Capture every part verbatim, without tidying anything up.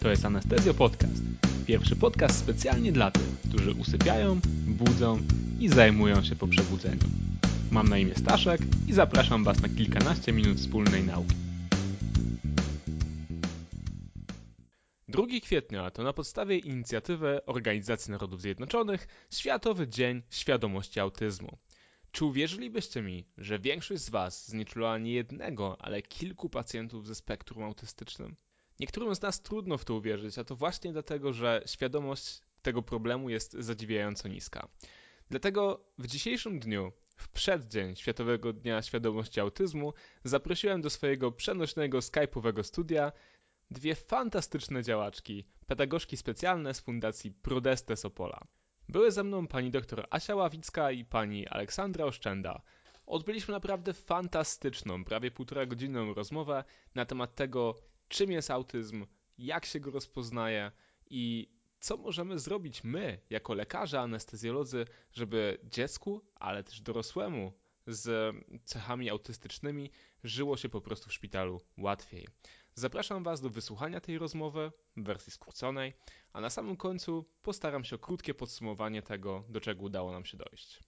To jest Anestezjo Podcast. Pierwszy podcast specjalnie dla tych, którzy usypiają, budzą i zajmują się po przebudzeniu. Mam na imię Staszek i zapraszam Was na kilkanaście minut wspólnej nauki. drugiego kwietnia to na podstawie inicjatywy Organizacji Narodów Zjednoczonych Światowy Dzień Świadomości Autyzmu. Czy uwierzylibyście mi, że większość z Was znieczulała nie jednego, ale kilku pacjentów ze spektrum autystycznym? Niektórym z nas trudno w to uwierzyć, a to właśnie dlatego, że świadomość tego problemu jest zadziwiająco niska. Dlatego w dzisiejszym dniu, w przeddzień Światowego Dnia Świadomości Autyzmu, zaprosiłem do swojego przenośnego skype'owego studia dwie fantastyczne działaczki, pedagogzki specjalne z Fundacji Prodeste z Opola. Były ze mną pani dr Asia Ławicka i pani Aleksandra Oszczęda. Odbyliśmy naprawdę fantastyczną, prawie półtora godzinną rozmowę na temat tego, czym jest autyzm, jak się go rozpoznaje i co możemy zrobić my, jako lekarze, anestezjolodzy, żeby dziecku, ale też dorosłemu z cechami autystycznymi żyło się po prostu w szpitalu łatwiej. Zapraszam Was do wysłuchania tej rozmowy w wersji skróconej, a na samym końcu postaram się o krótkie podsumowanie tego, do czego udało nam się dojść.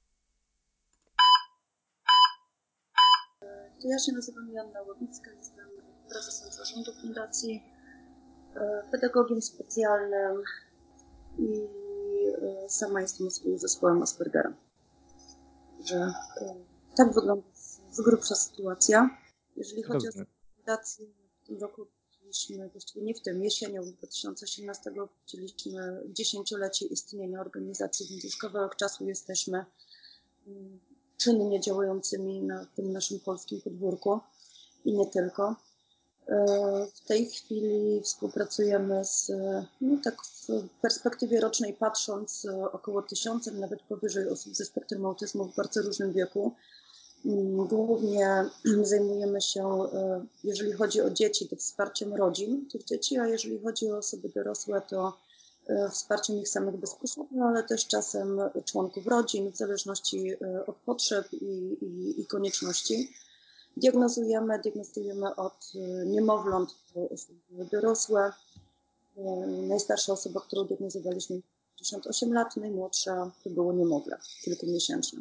Ja się nazywam Joanna Ławicka, jestem prezesem zarządu fundacji, pedagogiem specjalnym i sama jestem osobą z zespołem Aspergera. Że tak wygląda z grubsza sytuacja. Jeżeli chodzi Rozumiem. o fundację, w tym roku obchodziliśmy, właściwie nie w tym, jesienią dwa tysiące osiemnastego obchodziliśmy dziesięciolecie istnienia organizacji, więc już kawałek czasu jesteśmy czynnie działającymi na tym naszym polskim podwórku i nie tylko. W tej chwili współpracujemy z, no tak w perspektywie rocznej patrząc, około tysiącem, nawet powyżej osób ze spektrum autyzmu w bardzo różnym wieku. Głównie zajmujemy się, jeżeli chodzi o dzieci, to wsparciem rodzin tych dzieci, a jeżeli chodzi o osoby dorosłe, to wsparciem ich samych bezpośrednio, ale też czasem członków rodzin, w zależności od potrzeb i, i, i konieczności. Diagnozujemy, diagnozujemy od niemowląt do osób dorosłe. Najstarsza osoba, którą diagnozowaliśmy, pięćdziesiąt osiem lat, najmłodsza to było niemowlę, kilkumiesięczne.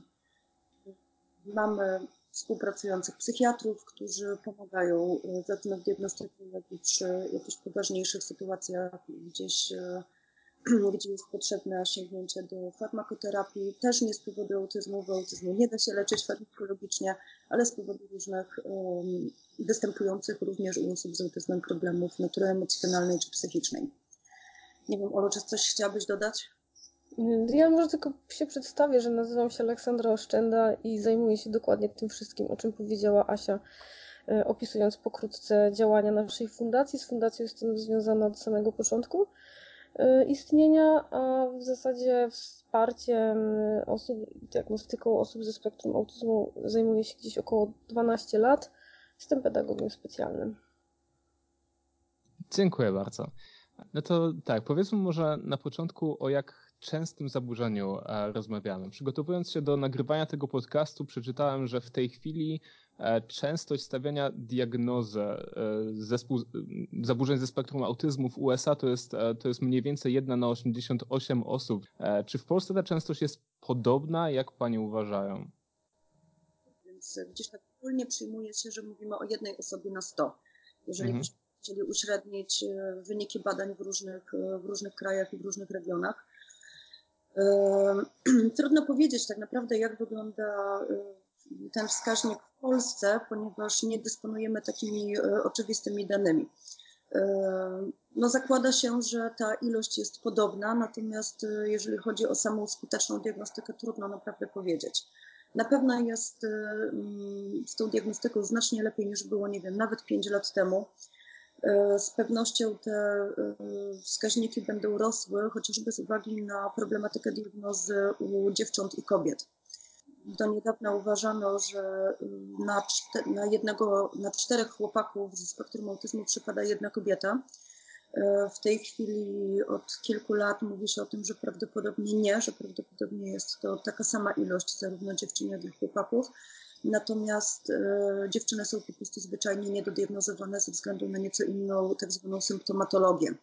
Mamy współpracujących psychiatrów, którzy pomagają zarówno w diagnostyce, jak i przy jakichś poważniejszych sytuacjach, gdzieś gdzie jest potrzebne sięgnięcie do farmakoterapii, też nie z powodu autyzmu, bo autyzmu nie da się leczyć farmakologicznie, ale z powodu różnych um, występujących również u osób z autyzmem problemów natury emocjonalnej czy psychicznej. Nie wiem, Olu, czy coś chciałabyś dodać? Ja może tylko się przedstawię, że nazywam się Aleksandra Oszczęda i zajmuję się dokładnie tym wszystkim, o czym powiedziała Asia, opisując pokrótce działania naszej fundacji. Z fundacją jestem związana od samego początku istnienia, a w zasadzie wsparciem osób, diagnostyką osób ze spektrum autyzmu zajmuję się gdzieś około dwanaście lat. Jestem pedagogiem specjalnym. Dziękuję bardzo. No to tak, powiedzmy może na początku, o jak częstym zaburzeniu rozmawiamy. Przygotowując się do nagrywania tego podcastu, przeczytałem, że w tej chwili częstość stawiania diagnozy zespół zaburzeń ze spektrum autyzmu w U S A to jest, to jest mniej więcej jedna na osiemdziesiąt osiem osób. Czy w Polsce ta częstość jest podobna, jak Panie uważają? Więc gdzieś tak wspólnie przyjmuje się, że mówimy o jednej osobie na sto. Jeżeli mhm. byśmy chcieli uśrednić wyniki badań w różnych, w różnych krajach i w różnych regionach. Trudno powiedzieć tak naprawdę, jak wygląda ten wskaźnik w Polsce, ponieważ nie dysponujemy takimi oczywistymi danymi. No, zakłada się, że ta ilość jest podobna, natomiast jeżeli chodzi o samą skuteczną diagnostykę, trudno naprawdę powiedzieć. Na pewno jest z tą diagnostyką znacznie lepiej niż było, nie wiem, nawet pięć lat temu. Z pewnością te wskaźniki będą rosły, chociażby z uwagi na problematykę diagnozy u dziewcząt i kobiet. Do niedawna uważano, że na, czte, na jednego, na czterech chłopaków ze spektrum autyzmu przypada jedna kobieta. W tej chwili od kilku lat mówi się o tym, że prawdopodobnie nie, że prawdopodobnie jest to taka sama ilość zarówno dziewczyn, jak i chłopaków. natomiast e, dziewczyny są po prostu zwyczajnie niedodiagnozowane ze względu na nieco inną tak zwaną symptomatologię.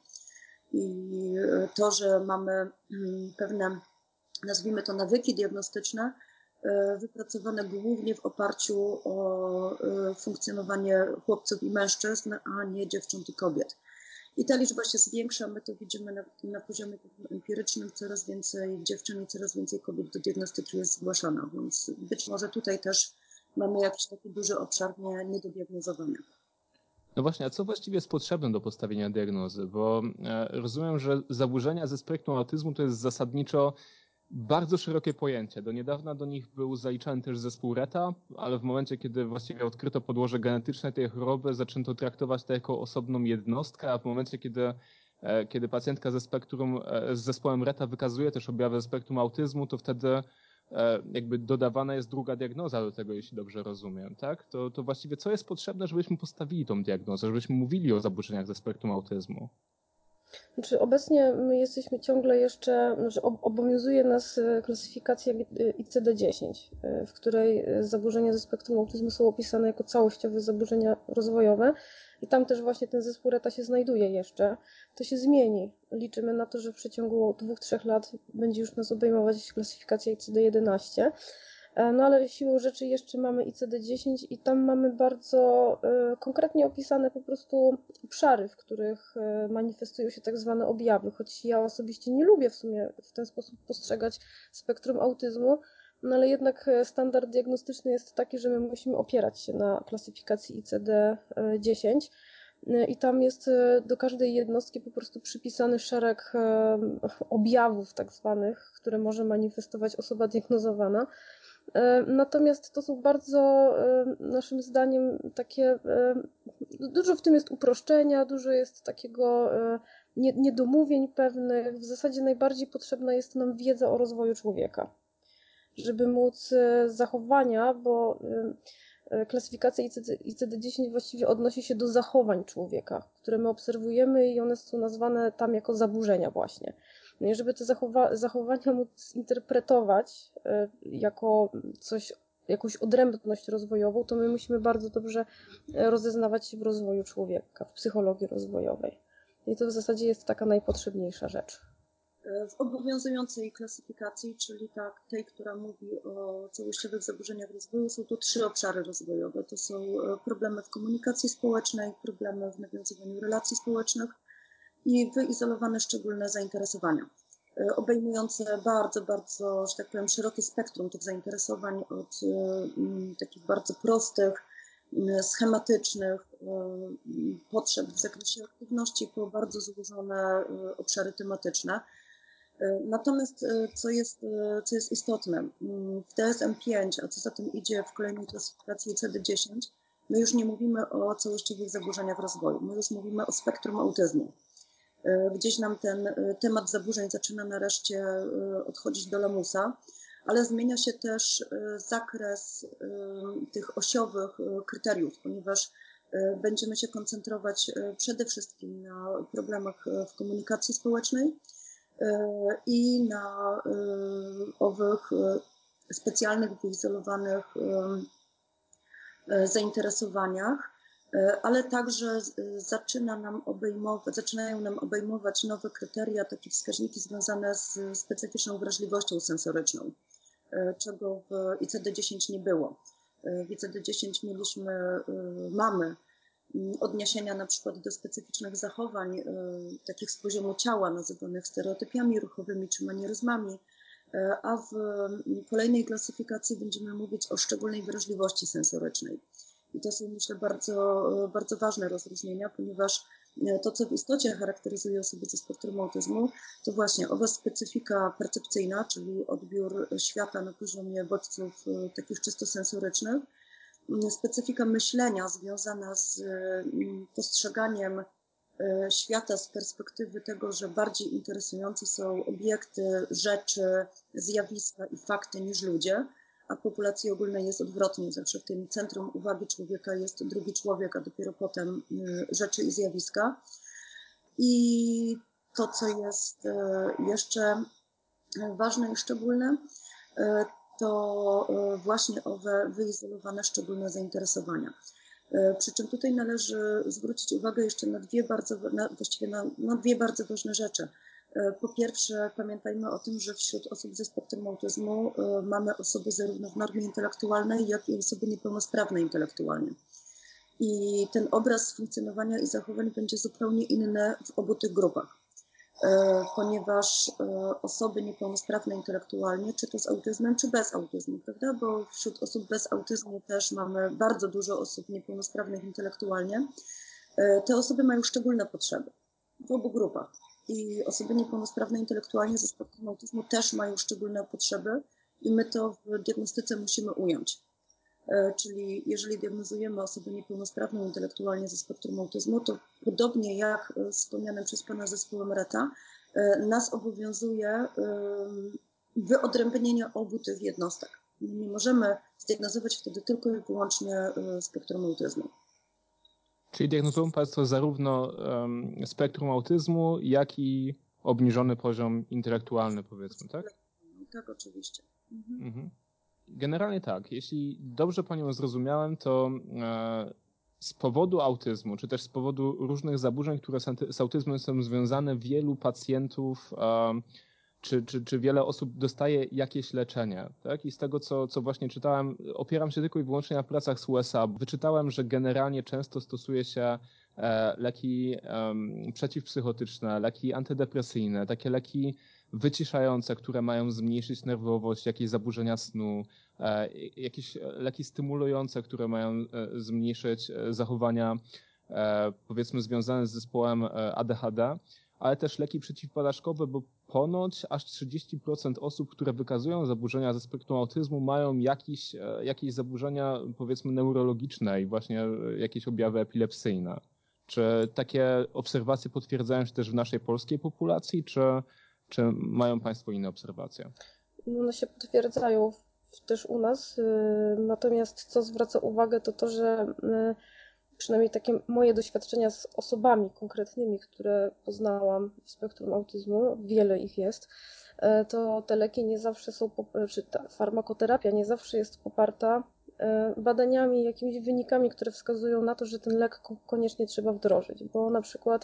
I to, że mamy mm, pewne, nazwijmy to, nawyki diagnostyczne, wypracowane głównie w oparciu o funkcjonowanie chłopców i mężczyzn, a nie dziewcząt i kobiet. I ta liczba się zwiększa, my to widzimy na, na poziomie empirycznym, coraz więcej dziewczyn i coraz więcej kobiet do diagnostyki jest zgłaszana, więc być może tutaj też mamy jakiś taki duży obszar nie, niedodiagnozowany. No właśnie, a co właściwie jest potrzebne do postawienia diagnozy? Bo e, rozumiem, że zaburzenia ze spektrum autyzmu to jest zasadniczo bardzo szerokie pojęcie. Do niedawna do nich był zaliczany też zespół Retta, ale w momencie, kiedy właściwie odkryto podłoże genetyczne tej choroby, zaczęto traktować to jako osobną jednostkę, a w momencie, kiedy, e, kiedy pacjentka ze spektrum, e, z zespołem Retta wykazuje też objawy ze spektrum autyzmu, to wtedy e, jakby dodawana jest druga diagnoza do tego, jeśli dobrze rozumiem, tak? To, to właściwie co jest potrzebne, żebyśmy postawili tą diagnozę, żebyśmy mówili o zaburzeniach ze spektrum autyzmu? Znaczy, obecnie my jesteśmy ciągle jeszcze, znaczy obowiązuje nas klasyfikacja I C D dziesięć, w której zaburzenia ze spektrum autyzmu są opisane jako całościowe zaburzenia rozwojowe i tam też właśnie ten zespół Retta się znajduje jeszcze. To się zmieni. Liczymy na to, że w przeciągu dwóch, trzech lat będzie już nas obejmować klasyfikacja I C D jedenaście. No ale siłą rzeczy jeszcze mamy I C D dziesięć i tam mamy bardzo y, konkretnie opisane po prostu obszary, w których y, manifestują się tak zwane objawy, choć ja osobiście nie lubię w sumie w ten sposób postrzegać spektrum autyzmu, no ale jednak standard diagnostyczny jest taki, że my musimy opierać się na klasyfikacji I C D dziesięć. I tam jest do każdej jednostki po prostu przypisany szereg objawów tak zwanych, które może manifestować osoba diagnozowana. Natomiast to są bardzo, naszym zdaniem, takie, dużo w tym jest uproszczenia, dużo jest takiego niedomówień pewnych. W zasadzie najbardziej potrzebna jest nam wiedza o rozwoju człowieka, żeby móc zachowania, bo klasyfikacja I C D dziesięć właściwie odnosi się do zachowań człowieka, które my obserwujemy i one są nazwane tam jako zaburzenia właśnie. No i żeby te zachowa- zachowania móc interpretować jako coś, jakąś odrębność rozwojową, to my musimy bardzo dobrze rozeznawać się w rozwoju człowieka, w psychologii rozwojowej. I to w zasadzie jest taka najpotrzebniejsza rzecz. W obowiązującej klasyfikacji, czyli tak, tej, która mówi o całościowych zaburzeniach rozwoju, są to trzy obszary rozwojowe. To są problemy w komunikacji społecznej, problemy w nawiązywaniu relacji społecznych i wyizolowane szczególne zainteresowania, obejmujące bardzo, bardzo, że tak powiem, szerokie spektrum tych zainteresowań, od um, takich bardzo prostych, schematycznych potrzeb w zakresie aktywności po bardzo złożone obszary tematyczne. Natomiast co jest, co jest istotne, w D S M pięć, a co za tym idzie w kolejnej klasyfikacji I C D dziesięć, my już nie mówimy o całościowych zaburzeniach rozwoju, my już mówimy o spektrum autyzmu. Gdzieś nam ten temat zaburzeń zaczyna nareszcie odchodzić do lamusa, ale zmienia się też zakres tych osiowych kryteriów, ponieważ będziemy się koncentrować przede wszystkim na problemach w komunikacji społecznej i na owych specjalnych, wyizolowanych zainteresowaniach, ale także zaczyna nam obejmować, zaczynają nam obejmować nowe kryteria, takie wskaźniki związane z specyficzną wrażliwością sensoryczną, czego w I C D dziesięć nie było. W I C D dziesięć mieliśmy, mamy odniesienia na przykład do specyficznych zachowań, takich z poziomu ciała, nazywanych stereotypiami ruchowymi czy manieryzmami, a w kolejnej klasyfikacji będziemy mówić o szczególnej wrażliwości sensorycznej. I to są, myślę, bardzo, bardzo ważne rozróżnienia, ponieważ to, co w istocie charakteryzuje osoby ze spektrum autyzmu, to właśnie owa specyfika percepcyjna, czyli odbiór świata na poziomie bodźców takich czysto sensorycznych, specyfika myślenia związana z postrzeganiem świata z perspektywy tego, że bardziej interesujące są obiekty, rzeczy, zjawiska i fakty niż ludzie, a w populacji ogólnej jest odwrotnie. Zawsze w tym centrum uwagi człowieka jest drugi człowiek, a dopiero potem rzeczy i zjawiska. I to, co jest jeszcze ważne i szczególne, to właśnie owe wyizolowane szczególne zainteresowania. Przy czym tutaj należy zwrócić uwagę jeszcze na dwie bardzo, na, właściwie na, na dwie bardzo ważne rzeczy. Po pierwsze, pamiętajmy o tym, że wśród osób ze spektrum autyzmu mamy osoby zarówno w normie intelektualnej, jak i osoby niepełnosprawne intelektualnie. I ten obraz funkcjonowania i zachowań będzie zupełnie inny w obu tych grupach, ponieważ osoby niepełnosprawne intelektualnie, czy to z autyzmem, czy bez autyzmu, prawda? Bo wśród osób bez autyzmu też mamy bardzo dużo osób niepełnosprawnych intelektualnie. Te osoby mają szczególne potrzeby w obu grupach. I osoby niepełnosprawne intelektualnie ze spektrum autyzmu też mają szczególne potrzeby i my to w diagnostyce musimy ująć. Czyli jeżeli diagnozujemy osobę niepełnosprawną intelektualnie ze spektrum autyzmu, to podobnie jak wspomnianym przez Pana zespołem Reta, nas obowiązuje wyodrębnienie obu tych jednostek. Nie możemy zdiagnozować wtedy tylko i wyłącznie spektrum autyzmu. Czyli diagnozują Państwo zarówno um, spektrum autyzmu, jak i obniżony poziom intelektualny, powiedzmy, tak? Tak, oczywiście. Mhm. Mhm. Generalnie tak. Jeśli dobrze Panią zrozumiałem, to e, z powodu autyzmu, czy też z powodu różnych zaburzeń, które z, anty, z autyzmem są związane, wielu pacjentów e, czy, czy, czy wiele osób dostaje jakieś leczenie, tak? I z tego, co, co właśnie czytałem, opieram się tylko i wyłącznie na pracach z U S A. Wyczytałem, że generalnie często stosuje się e, leki e, przeciwpsychotyczne, leki antydepresyjne, takie leki wyciszające, które mają zmniejszyć nerwowość, jakieś zaburzenia snu, e, jakieś leki stymulujące, które mają e, zmniejszyć zachowania, e, powiedzmy, związane z zespołem A D H D, ale też leki przeciwpodażkowe, bo ponoć aż trzydzieści procent osób, które wykazują zaburzenia ze spektrum autyzmu, mają jakieś, jakieś zaburzenia, powiedzmy, neurologiczne i właśnie jakieś objawy epilepsyjne. Czy takie obserwacje potwierdzają się też w naszej polskiej populacji, czy, czy mają Państwo inne obserwacje? One się potwierdzają też u nas, natomiast co zwraca uwagę, to to, że przynajmniej takie moje doświadczenia z osobami konkretnymi, które poznałam w spektrum autyzmu, wiele ich jest, to te leki nie zawsze są, czy ta farmakoterapia nie zawsze jest poparta badaniami, jakimiś wynikami, które wskazują na to, że ten lek koniecznie trzeba wdrożyć, bo na przykład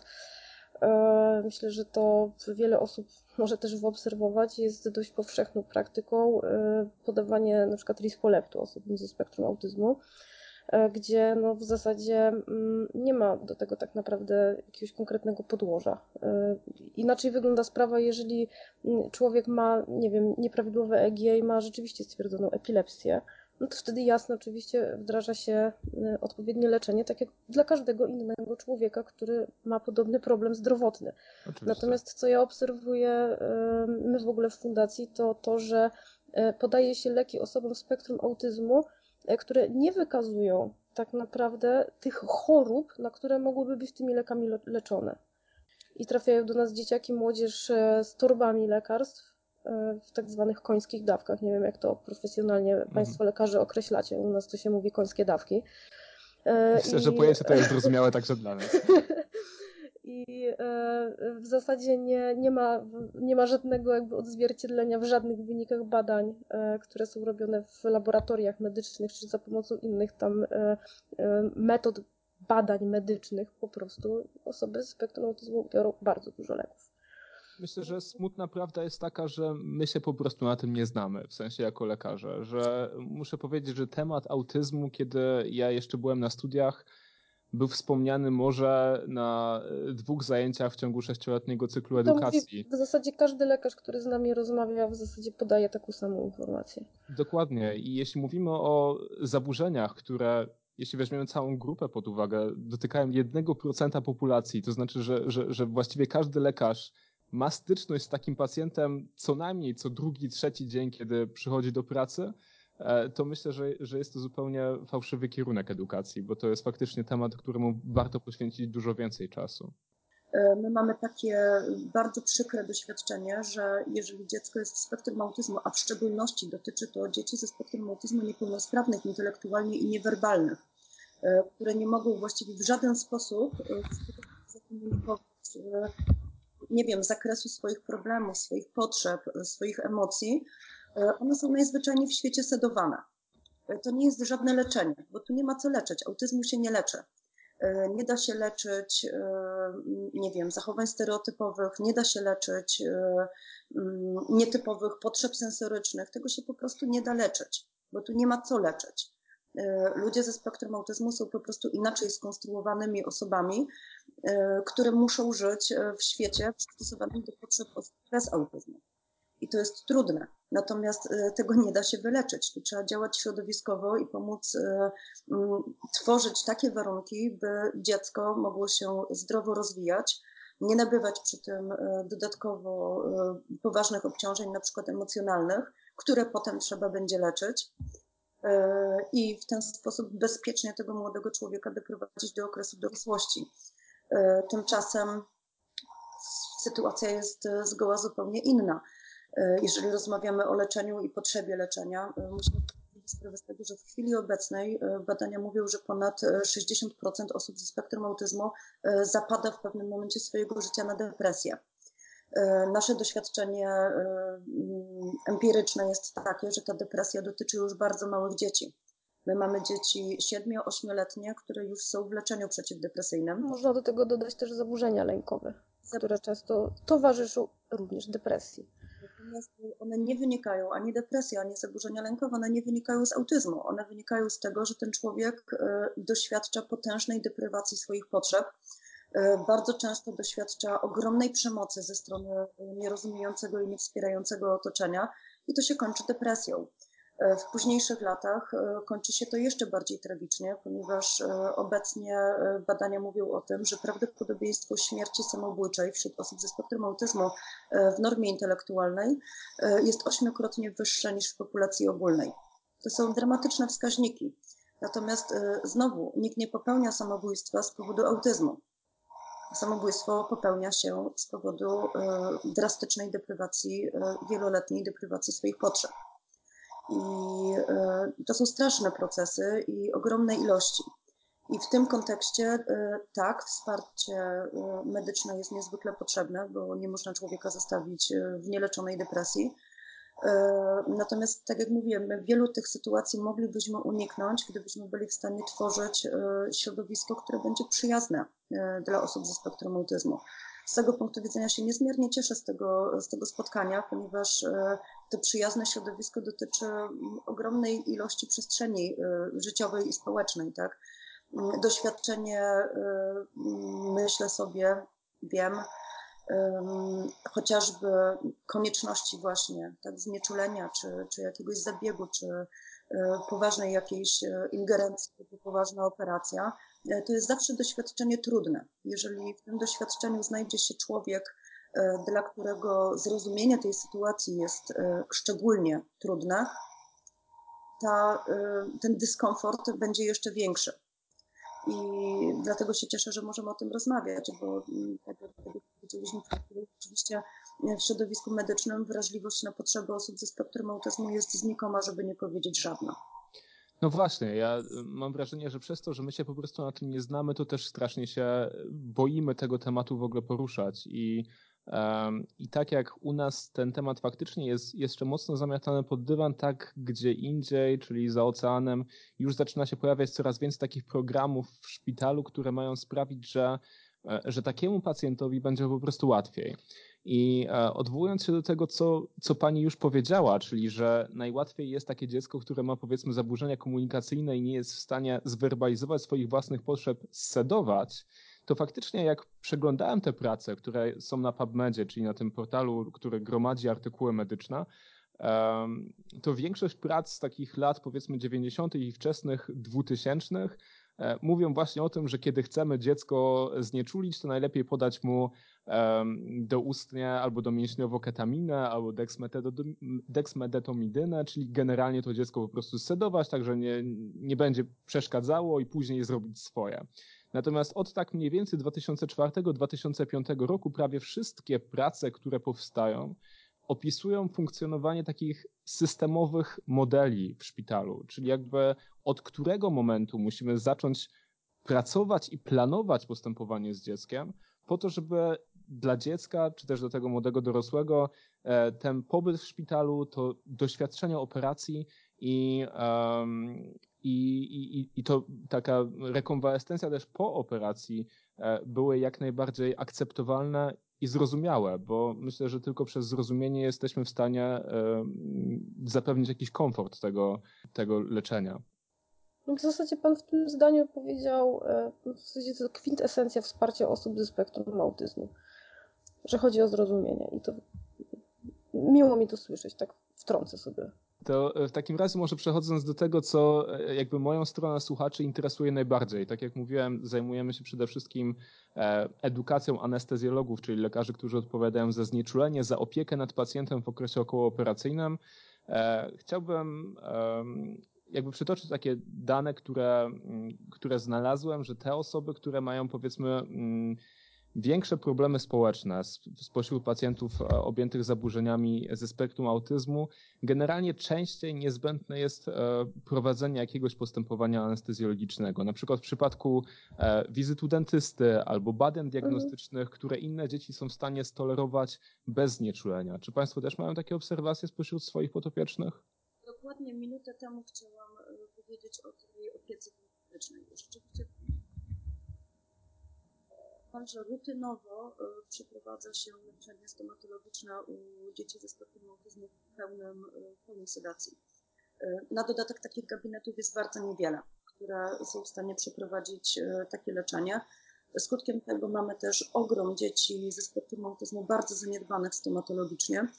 myślę, że to wiele osób może też wyobserwować, jest dość powszechną praktyką podawanie na przykład Rispoleptu osobom ze spektrum autyzmu, gdzie no w zasadzie nie ma do tego tak naprawdę jakiegoś konkretnego podłoża. Inaczej wygląda sprawa, jeżeli człowiek ma, nie wiem, nieprawidłowe E G i ma rzeczywiście stwierdzoną epilepsję, no to wtedy jasno oczywiście wdraża się odpowiednie leczenie, tak jak dla każdego innego człowieka, który ma podobny problem zdrowotny. Oczywiście. Natomiast co ja obserwuję, my w ogóle w fundacji, to to, że podaje się leki osobom z spektrum autyzmu, które nie wykazują tak naprawdę tych chorób, na które mogłyby być tymi lekami leczone. I trafiają do nas dzieciaki, młodzież z torbami lekarstw w tak zwanych końskich dawkach. Nie wiem, jak to profesjonalnie mhm. Państwo lekarze określacie. U nas to się mówi końskie dawki. Myślę, I... że pojęcie to jest zrozumiałe także dla nas. I w zasadzie nie, nie, ma, nie ma żadnego jakby odzwierciedlenia w żadnych wynikach badań, które są robione w laboratoriach medycznych, czy za pomocą innych tam metod badań medycznych. Po prostu osoby z spektrum autyzmu biorą bardzo dużo leków. Myślę, że smutna prawda jest taka, że my się po prostu na tym nie znamy, w sensie jako lekarze, że muszę powiedzieć, że temat autyzmu, kiedy ja jeszcze byłem na studiach, był wspomniany może na dwóch zajęciach w ciągu sześcioletniego cyklu edukacji. To w zasadzie każdy lekarz, który z nami rozmawia, w zasadzie podaje taką samą informację. Dokładnie. I jeśli mówimy o zaburzeniach, które, jeśli weźmiemy całą grupę pod uwagę, dotykają jednego procenta populacji, to znaczy, że, że, że właściwie każdy lekarz ma styczność z takim pacjentem co najmniej co drugi, trzeci dzień, kiedy przychodzi do pracy, to myślę, że, że jest to zupełnie fałszywy kierunek edukacji, bo to jest faktycznie temat, któremu warto poświęcić dużo więcej czasu. My mamy takie bardzo przykre doświadczenie, że jeżeli dziecko jest w spektrum autyzmu, a w szczególności dotyczy to dzieci ze spektrum autyzmu niepełnosprawnych intelektualnie i niewerbalnych, które nie mogą właściwie w żaden sposób zakomunikować, nie wiem, zakresu swoich problemów, swoich potrzeb, swoich emocji, One są najzwyczajniej w świecie sedowane. To nie jest żadne leczenie, bo tu nie ma co leczyć. Autyzmu się nie leczy. Nie da się leczyć, nie wiem, zachowań stereotypowych, nie da się leczyć nietypowych potrzeb sensorycznych. Tego się po prostu nie da leczyć, bo tu nie ma co leczyć. Ludzie ze spektrum autyzmu są po prostu inaczej skonstruowanymi osobami, które muszą żyć w świecie przystosowanym do potrzeb osób bez autyzmu. I to jest trudne, natomiast tego nie da się wyleczyć. Tu trzeba działać środowiskowo i pomóc tworzyć takie warunki, by dziecko mogło się zdrowo rozwijać, nie nabywać przy tym dodatkowo poważnych obciążeń, na przykład emocjonalnych, które potem trzeba będzie leczyć i w ten sposób bezpiecznie tego młodego człowieka doprowadzić do okresu dorosłości. Tymczasem sytuacja jest zgoła zupełnie inna. Jeżeli rozmawiamy o leczeniu i potrzebie leczenia, musimy zdać sprawę z tego, że w chwili obecnej badania mówią, że ponad sześćdziesiąt procent osób ze spektrum autyzmu zapada w pewnym momencie swojego życia na depresję. Nasze doświadczenie empiryczne jest takie, że ta depresja dotyczy już bardzo małych dzieci. My mamy dzieci siedmiu-ośmioletnie, które już są w leczeniu przeciwdepresyjnym. Można do tego dodać też zaburzenia lękowe, które często towarzyszą również depresji. Natomiast one nie wynikają, ani depresja, ani zaburzenia lękowe, one nie wynikają z autyzmu. One wynikają z tego, że ten człowiek doświadcza potężnej deprywacji swoich potrzeb. Bardzo często doświadcza ogromnej przemocy ze strony nierozumiejącego i niewspierającego otoczenia i to się kończy depresją. W późniejszych latach kończy się to jeszcze bardziej tragicznie, ponieważ obecnie badania mówią o tym, że prawdopodobieństwo śmierci samobójczej wśród osób ze spektrum autyzmu w normie intelektualnej jest ośmiokrotnie wyższe niż w populacji ogólnej. To są dramatyczne wskaźniki. Natomiast znowu nikt nie popełnia samobójstwa z powodu autyzmu. Samobójstwo popełnia się z powodu drastycznej deprywacji, wieloletniej deprywacji swoich potrzeb. I to są straszne procesy i ogromne ilości. I w tym kontekście tak, wsparcie medyczne jest niezwykle potrzebne, bo nie można człowieka zostawić w nieleczonej depresji. Natomiast, tak jak mówiłem, my wielu tych sytuacji moglibyśmy uniknąć, gdybyśmy byli w stanie tworzyć środowisko, które będzie przyjazne dla osób ze spektrum autyzmu. Z tego punktu widzenia się niezmiernie cieszę z tego, z tego spotkania, ponieważ to przyjazne środowisko dotyczy ogromnej ilości przestrzeni życiowej i społecznej, tak? Doświadczenie, myślę sobie, wiem, chociażby konieczności właśnie tak znieczulenia, czy, czy jakiegoś zabiegu, czy poważnej jakiejś ingerencji, typu poważna operacja, to jest zawsze doświadczenie trudne. Jeżeli w tym doświadczeniu znajdzie się człowiek, dla którego zrozumienie tej sytuacji jest szczególnie trudne, ta, ten dyskomfort będzie jeszcze większy. I dlatego się cieszę, że możemy o tym rozmawiać, bo tak jak powiedzieliśmy, oczywiście w środowisku medycznym wrażliwość na potrzeby osób ze spektrum autyzmu jest znikoma, żeby nie powiedzieć żadna. No właśnie, ja mam wrażenie, że przez to, że my się po prostu na tym nie znamy, to też strasznie się boimy tego tematu w ogóle poruszać. I, um, i tak jak u nas ten temat faktycznie jest jeszcze mocno zamiatany pod dywan, tak gdzie indziej, czyli za oceanem, już zaczyna się pojawiać coraz więcej takich programów w szpitalu, które mają sprawić, że, że takiemu pacjentowi będzie po prostu łatwiej. I odwołując się do tego, co, co pani już powiedziała, czyli że najłatwiej jest takie dziecko, które ma powiedzmy zaburzenia komunikacyjne i nie jest w stanie zwerbalizować swoich własnych potrzeb, ssedować, to faktycznie jak przeglądałem te prace, które są na PubMedzie, czyli na tym portalu, który gromadzi artykuły medyczne, to większość prac z takich lat powiedzmy dziewięćdziesiątych i wczesnych dwutysięcznych mówią właśnie o tym, że kiedy chcemy dziecko znieczulić, to najlepiej podać mu doustnie albo domięśniowo ketaminę albo dexmedetomidynę, czyli generalnie to dziecko po prostu sedować, tak że nie, nie będzie przeszkadzało i później zrobić swoje. Natomiast od tak mniej więcej dwa tysiące czwartego do dwa tysiące piątego roku prawie wszystkie prace, które powstają, opisują funkcjonowanie takich systemowych modeli w szpitalu, czyli jakby od którego momentu musimy zacząć pracować i planować postępowanie z dzieckiem po to, żeby dla dziecka, czy też do tego młodego dorosłego, ten pobyt w szpitalu, to doświadczenie operacji i, um, i, i, i to taka rekonwalescencja też po operacji były jak najbardziej akceptowalne i zrozumiałe, bo myślę, że tylko przez zrozumienie jesteśmy w stanie zapewnić jakiś komfort tego, tego leczenia. W zasadzie pan w tym zdaniu powiedział, w zasadzie to kwintesencja wsparcia osób ze spektrum autyzmu, że chodzi o zrozumienie i to miło mi to słyszeć, tak wtrącę sobie. To w takim razie może przechodząc do tego, co jakby moją stronę słuchaczy interesuje najbardziej. Tak jak mówiłem, zajmujemy się przede wszystkim edukacją anestezjologów, czyli lekarzy, którzy odpowiadają za znieczulenie, za opiekę nad pacjentem w okresie okołooperacyjnym. Chciałbym jakby przytoczyć takie dane, które, które znalazłem, że te osoby, które mają powiedzmy większe problemy społeczne spośród pacjentów objętych zaburzeniami ze spektrum autyzmu, generalnie częściej niezbędne jest prowadzenie jakiegoś postępowania anestezjologicznego. Na przykład w przypadku wizyt u dentysty albo badań diagnostycznych, które inne dzieci są w stanie stolerować bez znieczulenia. Czy Państwo też mają takie obserwacje spośród swoich podopiecznych? Dokładnie minutę temu chciałam powiedzieć o tej opiece dentystycznej. Rzeczywiście że rutynowo y, przeprowadza się leczenie stomatologiczne u dzieci ze spektrum autyzmu w pełnym, y, pełnej sedacji. Y, na dodatek takich gabinetów jest bardzo niewiele, które są w stanie przeprowadzić y, takie leczenie. Skutkiem tego mamy też ogrom dzieci ze spektrum autyzmu bardzo zaniedbanych stomatologicznie.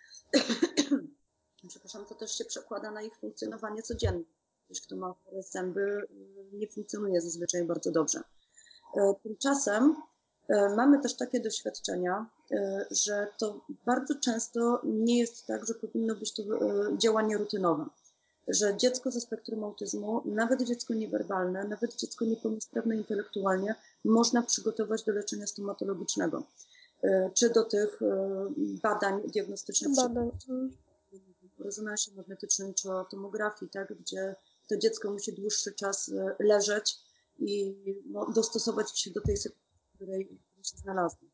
Przepraszam, to też się przekłada na ich funkcjonowanie codzienne. Ktoś, kto ma chore zęby, y, nie funkcjonuje zazwyczaj bardzo dobrze. Tymczasem mamy też takie doświadczenia, że to bardzo często nie jest tak, że powinno być to działanie rutynowe. Że dziecko ze spektrum autyzmu, nawet dziecko niewerbalne, nawet dziecko niepełnosprawne intelektualnie można przygotować do leczenia stomatologicznego. Czy do tych badań diagnostycznych, Badań. w rezonansie magnetycznym czy o tomografii, tak, gdzie to dziecko musi dłuższy czas leżeć i no, dostosować się do tej sytuacji, w której się znalazło.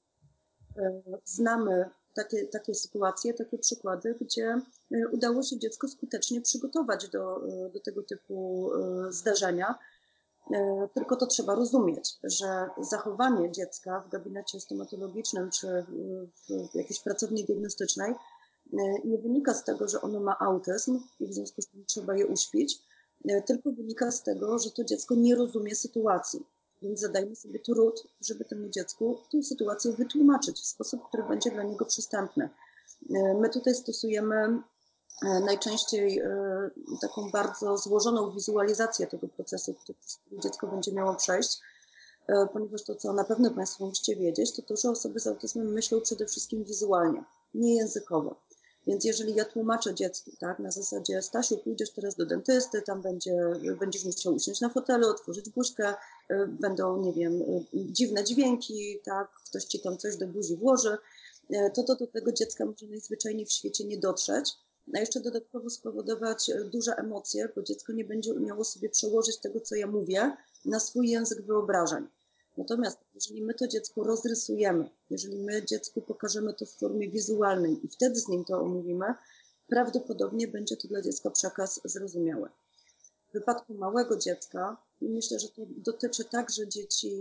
Znamy takie, takie sytuacje, takie przykłady, gdzie udało się dziecko skutecznie przygotować do, do tego typu zdarzenia. Tylko to trzeba rozumieć, że zachowanie dziecka w gabinecie stomatologicznym czy w jakiejś pracowni diagnostycznej nie wynika z tego, że ono ma autyzm i w związku z tym trzeba je uśpić, tylko wynika z tego, że to dziecko nie rozumie sytuacji. Więc zadajmy sobie trud, żeby temu dziecku tę sytuację wytłumaczyć w sposób, który będzie dla niego przystępny. My tutaj stosujemy najczęściej taką bardzo złożoną wizualizację tego procesu, który dziecko będzie miało przejść, ponieważ to, co na pewno Państwo musicie wiedzieć, to to, że osoby z autyzmem myślą przede wszystkim wizualnie, nie językowo. Więc jeżeli ja tłumaczę dziecku, tak, na zasadzie Stasiu, pójdziesz teraz do dentysty, tam będzie, będziesz musiał usiąść na fotelu, otworzyć buźkę, będą, nie wiem, dziwne dźwięki, tak, ktoś ci tam coś do buzi włoży, to to do tego dziecka może najzwyczajniej w świecie nie dotrzeć, a jeszcze dodatkowo spowodować duże emocje, bo dziecko nie będzie umiało sobie przełożyć tego, co ja mówię, na swój język wyobrażeń. Natomiast jeżeli my to dziecko rozrysujemy, jeżeli my dziecku pokażemy to w formie wizualnej i wtedy z nim to omówimy, prawdopodobnie będzie to dla dziecka przekaz zrozumiały. W wypadku małego dziecka, i myślę, że to dotyczy także dzieci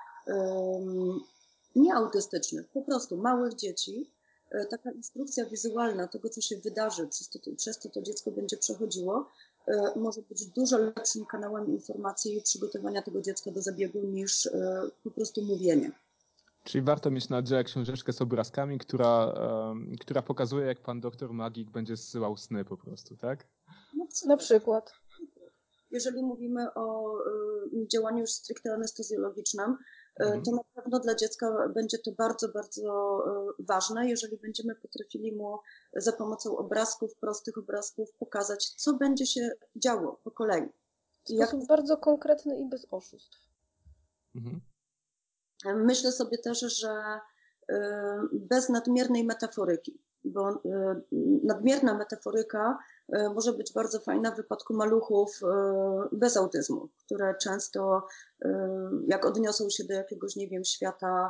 um, nieautystycznych, po prostu małych dzieci, taka instrukcja wizualna tego, co się wydarzy, przez to, przez to to dziecko będzie przechodziło, może być dużo lepszym kanałem informacji i przygotowania tego dziecka do zabiegu niż po prostu mówienie. Czyli warto mieć na dziale książeczkę z obrazkami, która, um, która pokazuje, jak pan doktor Magik będzie zsyłał sny po prostu, tak? Na przykład. Na przykład. Jeżeli mówimy o y, działaniu już stricte anestezjologicznym, y, to na pewno dla dziecka będzie to bardzo, bardzo y, ważne, jeżeli będziemy potrafili mu za pomocą obrazków, prostych obrazków pokazać, co będzie się działo po kolei. W sposób jak... bardzo konkretny i bez oszustw. Mhm. Myślę sobie też, że y, bez nadmiernej metaforyki, bo y, nadmierna metaforyka może być bardzo fajna w wypadku maluchów bez autyzmu, które często jak odniosą się do jakiegoś, nie wiem, świata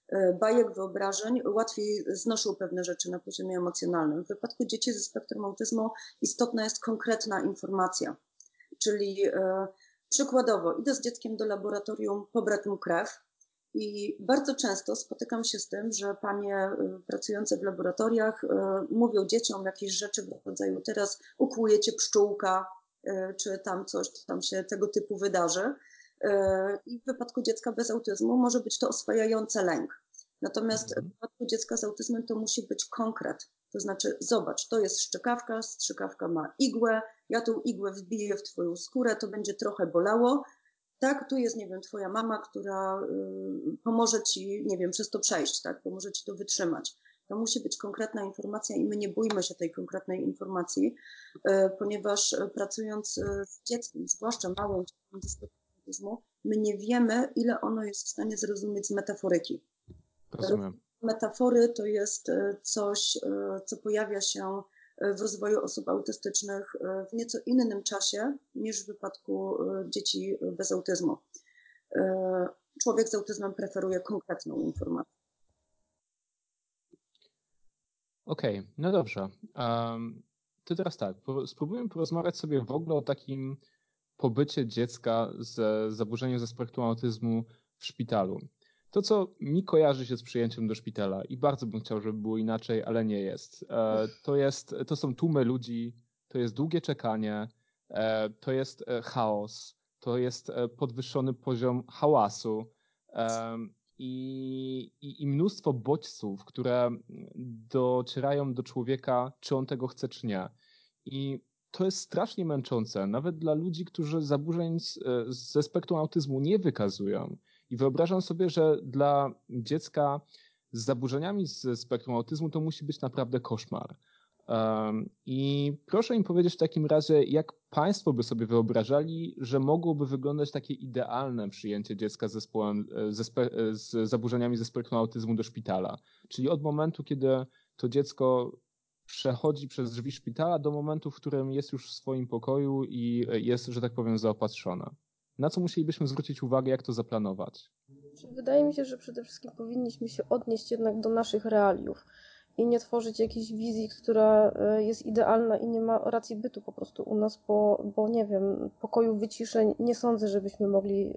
bajek, wyobrażeń, łatwiej znoszą pewne rzeczy na poziomie emocjonalnym. W wypadku dzieci ze spektrum autyzmu istotna jest konkretna informacja, czyli przykładowo idę z dzieckiem do laboratorium, pobrać mu krew i bardzo często spotykam się z tym, że panie pracujące w laboratoriach mówią dzieciom jakieś rzeczy w rodzaju teraz ukłuje cię pszczółka, czy tam coś tam się tego typu wydarzy. I w wypadku dziecka bez autyzmu może być to oswajające lęk. Natomiast w wypadku dziecka z autyzmem to musi być konkret. To znaczy, zobacz, to jest strzykawka, strzykawka ma igłę, ja tą igłę wbiję w twoją skórę, to będzie trochę bolało. Tak, tu jest, nie wiem, twoja mama, która y, pomoże ci, nie wiem, przez to przejść, tak, pomoże ci to wytrzymać. To musi być konkretna informacja i my nie bójmy się tej konkretnej informacji, y, ponieważ pracując z dzieckiem, zwłaszcza małym dzieckiem ze spektrum autyzmu, my nie wiemy, ile ono jest w stanie zrozumieć z metaforyki. Rozumiem. Metafory to jest coś, co pojawia się w rozwoju osób autystycznych w nieco innym czasie niż w wypadku dzieci bez autyzmu. Człowiek z autyzmem preferuje konkretną informację. Okej, okay, no dobrze. Um, to teraz tak, spróbujmy porozmawiać sobie w ogóle o takim pobycie dziecka z zaburzeniem ze spektrum autyzmu w szpitalu. To, co mi kojarzy się z przyjęciem do szpitala i bardzo bym chciał, żeby było inaczej, ale nie jest. To jest, to są tłumy ludzi, to jest długie czekanie, to jest chaos, to jest podwyższony poziom hałasu i, i, i mnóstwo bodźców, które docierają do człowieka, czy on tego chce, czy nie. I to jest strasznie męczące, nawet dla ludzi, którzy zaburzeń ze spektrum autyzmu nie wykazują. I wyobrażam sobie, że dla dziecka z zaburzeniami ze spektrum autyzmu to musi być naprawdę koszmar. Um, I proszę mi powiedzieć w takim razie, jak Państwo by sobie wyobrażali, że mogłoby wyglądać takie idealne przyjęcie dziecka z, zespołem, ze spe, z zaburzeniami ze spektrum autyzmu do szpitala. Czyli od momentu, kiedy to dziecko przechodzi przez drzwi szpitala do momentu, w którym jest już w swoim pokoju i jest, że tak powiem, zaopatrzone. Na co musielibyśmy zwrócić uwagę, jak to zaplanować? Wydaje mi się, że przede wszystkim powinniśmy się odnieść jednak do naszych realiów i nie tworzyć jakiejś wizji, która jest idealna i nie ma racji bytu po prostu u nas, bo, bo nie wiem, pokoju wyciszeń nie sądzę, żebyśmy mogli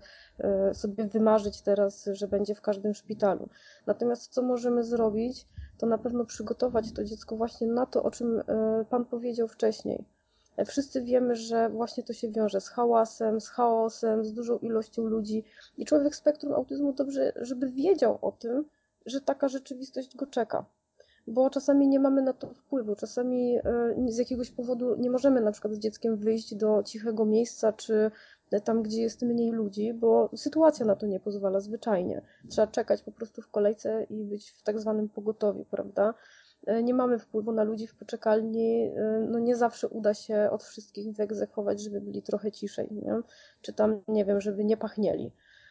sobie wymarzyć teraz, że będzie w każdym szpitalu. Natomiast co możemy zrobić, to na pewno przygotować to dziecko właśnie na to, o czym Pan powiedział wcześniej. Wszyscy wiemy, że właśnie to się wiąże z hałasem, z chaosem, z dużą ilością ludzi i człowiek z spektrum autyzmu dobrze, żeby wiedział o tym, że taka rzeczywistość go czeka. Bo czasami nie mamy na to wpływu, czasami z jakiegoś powodu nie możemy na przykład z dzieckiem wyjść do cichego miejsca, czy tam, gdzie jest mniej ludzi, bo sytuacja na to nie pozwala zwyczajnie. Trzeba czekać po prostu w kolejce i być w tak zwanym pogotowiu, prawda? Nie mamy wpływu na ludzi w poczekalni, no nie zawsze uda się od wszystkich wyegzekwować, żeby byli trochę ciszej, nie? Czy tam, nie wiem, żeby nie pachnieli.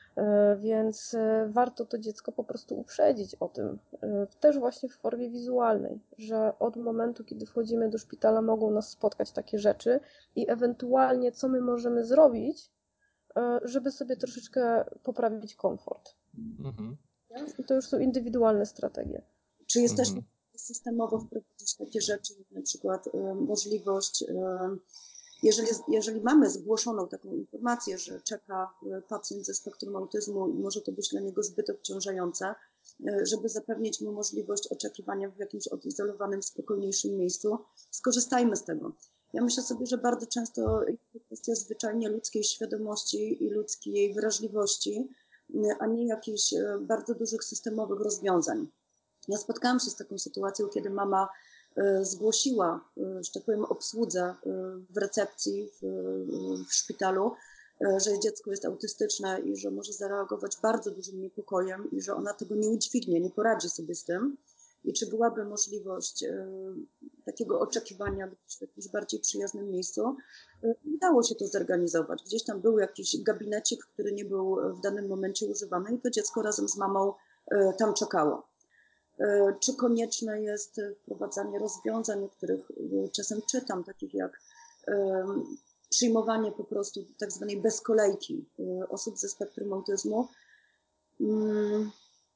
Więc warto to dziecko po prostu uprzedzić o tym, też właśnie w formie wizualnej, że od momentu, kiedy wchodzimy do szpitala, mogą nas spotkać takie rzeczy i ewentualnie co my możemy zrobić, żeby sobie troszeczkę poprawić komfort. Mhm. I to już są indywidualne strategie. Czy jest mhm. też systemowo wprowadzić takie rzeczy, jak na przykład y, możliwość, y, jeżeli, jeżeli mamy zgłoszoną taką informację, że czeka pacjent ze spektrum autyzmu i może to być dla niego zbyt obciążające, y, żeby zapewnić mu możliwość oczekiwania w jakimś odizolowanym, spokojniejszym miejscu, skorzystajmy z tego. Ja myślę sobie, że bardzo często jest to kwestia zwyczajnie ludzkiej świadomości i ludzkiej wrażliwości, a nie jakichś bardzo dużych systemowych rozwiązań. Ja spotkałam się z taką sytuacją, kiedy mama zgłosiła, że tak powiem, obsłudze w recepcji w, w szpitalu, że dziecko jest autystyczne i że może zareagować bardzo dużym niepokojem i że ona tego nie udźwignie, nie poradzi sobie z tym. I czy byłaby możliwość y, takiego oczekiwania w jakimś bardziej przyjaznym miejscu? Y, udało się to zorganizować. Gdzieś tam był jakiś gabinecik, który nie był w danym momencie używany i to dziecko razem z mamą y, tam czekało. Y, czy konieczne jest wprowadzanie rozwiązań, o których y, czasem czytam, takich jak y, przyjmowanie po prostu tak zwanej bezkolejki y, osób ze spektrum autyzmu? Y,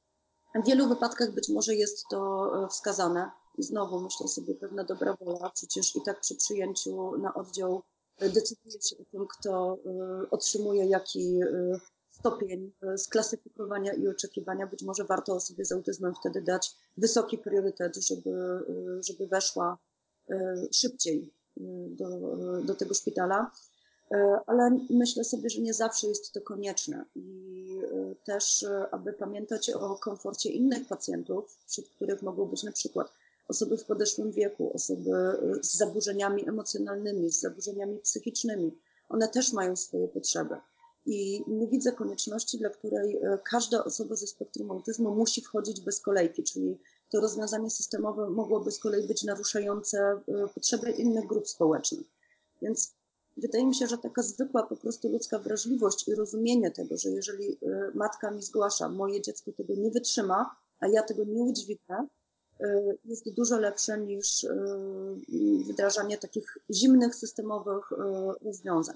W wielu wypadkach być może jest to wskazane. I znowu myślę sobie pewna dobra wola, przecież i tak przy przyjęciu na oddział decyduje się o tym, kto otrzymuje jaki stopień sklasyfikowania i oczekiwania. Być może warto osobie z autyzmem wtedy dać wysoki priorytet, żeby, żeby weszła szybciej do, do tego szpitala. Ale myślę sobie, że nie zawsze jest to konieczne i też, aby pamiętać o komforcie innych pacjentów, wśród których mogą być na przykład osoby w podeszłym wieku, osoby z zaburzeniami emocjonalnymi, z zaburzeniami psychicznymi. One też mają swoje potrzeby i nie widzę konieczności, dla której każda osoba ze spektrum autyzmu musi wchodzić bez kolejki, czyli to rozwiązanie systemowe mogłoby z kolei być naruszające potrzeby innych grup społecznych. Więc wydaje mi się, że taka zwykła po prostu ludzka wrażliwość i rozumienie tego, że jeżeli matka mi zgłasza, moje dziecko tego nie wytrzyma, a ja tego nie udźwignę, jest dużo lepsze niż wdrażanie takich zimnych, systemowych rozwiązań.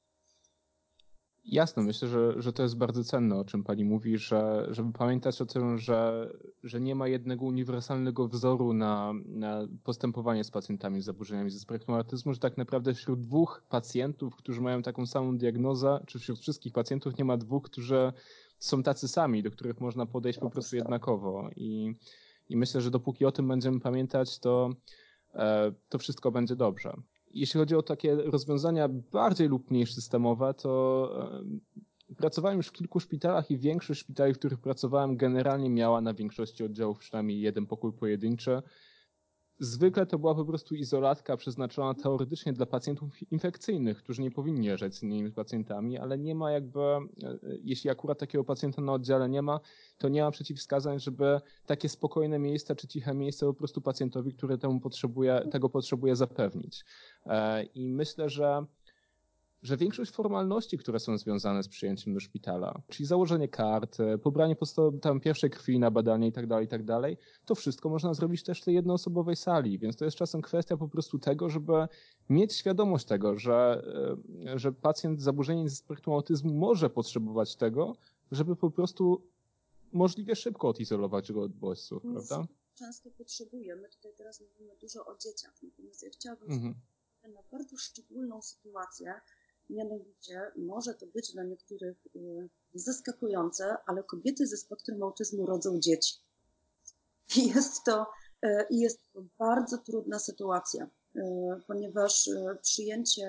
Jasne, myślę, że, że to jest bardzo cenne, o czym pani mówi, że, żeby pamiętać o tym, że, że nie ma jednego uniwersalnego wzoru na, na postępowanie z pacjentami z zaburzeniami ze spektrum autyzmu, że tak naprawdę wśród dwóch pacjentów, którzy mają taką samą diagnozę, czy wśród wszystkich pacjentów nie ma dwóch, którzy są tacy sami, do których można podejść po prostu jednakowo. I, i myślę, że dopóki o tym będziemy pamiętać, to, to wszystko będzie dobrze. Jeśli chodzi o takie rozwiązania bardziej lub mniej systemowe, to pracowałem już w kilku szpitalach i większość szpitali, w których pracowałem, generalnie miała na większości oddziałów przynajmniej jeden pokój pojedynczy. Zwykle to była po prostu izolatka przeznaczona teoretycznie dla pacjentów infekcyjnych, którzy nie powinni leżeć z innymi pacjentami, ale nie ma jakby, jeśli akurat takiego pacjenta na oddziale nie ma, to nie ma przeciwwskazań, żeby takie spokojne miejsce czy ciche miejsce po prostu pacjentowi, który temu potrzebuje, tego potrzebuje zapewnić. I myślę, że że większość formalności, które są związane z przyjęciem do szpitala, czyli założenie kart, pobranie tam pierwszej krwi na badanie itd., itd., to wszystko można zrobić też w tej jednoosobowej sali, więc to jest czasem kwestia po prostu tego, żeby mieć świadomość tego, że, że pacjent z zaburzeniem ze spektrum autyzmu może potrzebować tego, żeby po prostu możliwie szybko odizolować go od bodźców, prawda? Często potrzebujemy, tutaj teraz mówimy dużo o dzieciach, natomiast ja chciałabym mhm. na bardzo szczególną sytuację. Mianowicie może to być dla niektórych zaskakujące, ale kobiety ze spektrum autyzmu rodzą dzieci. I jest to, i jest to bardzo trudna sytuacja, ponieważ przyjęcie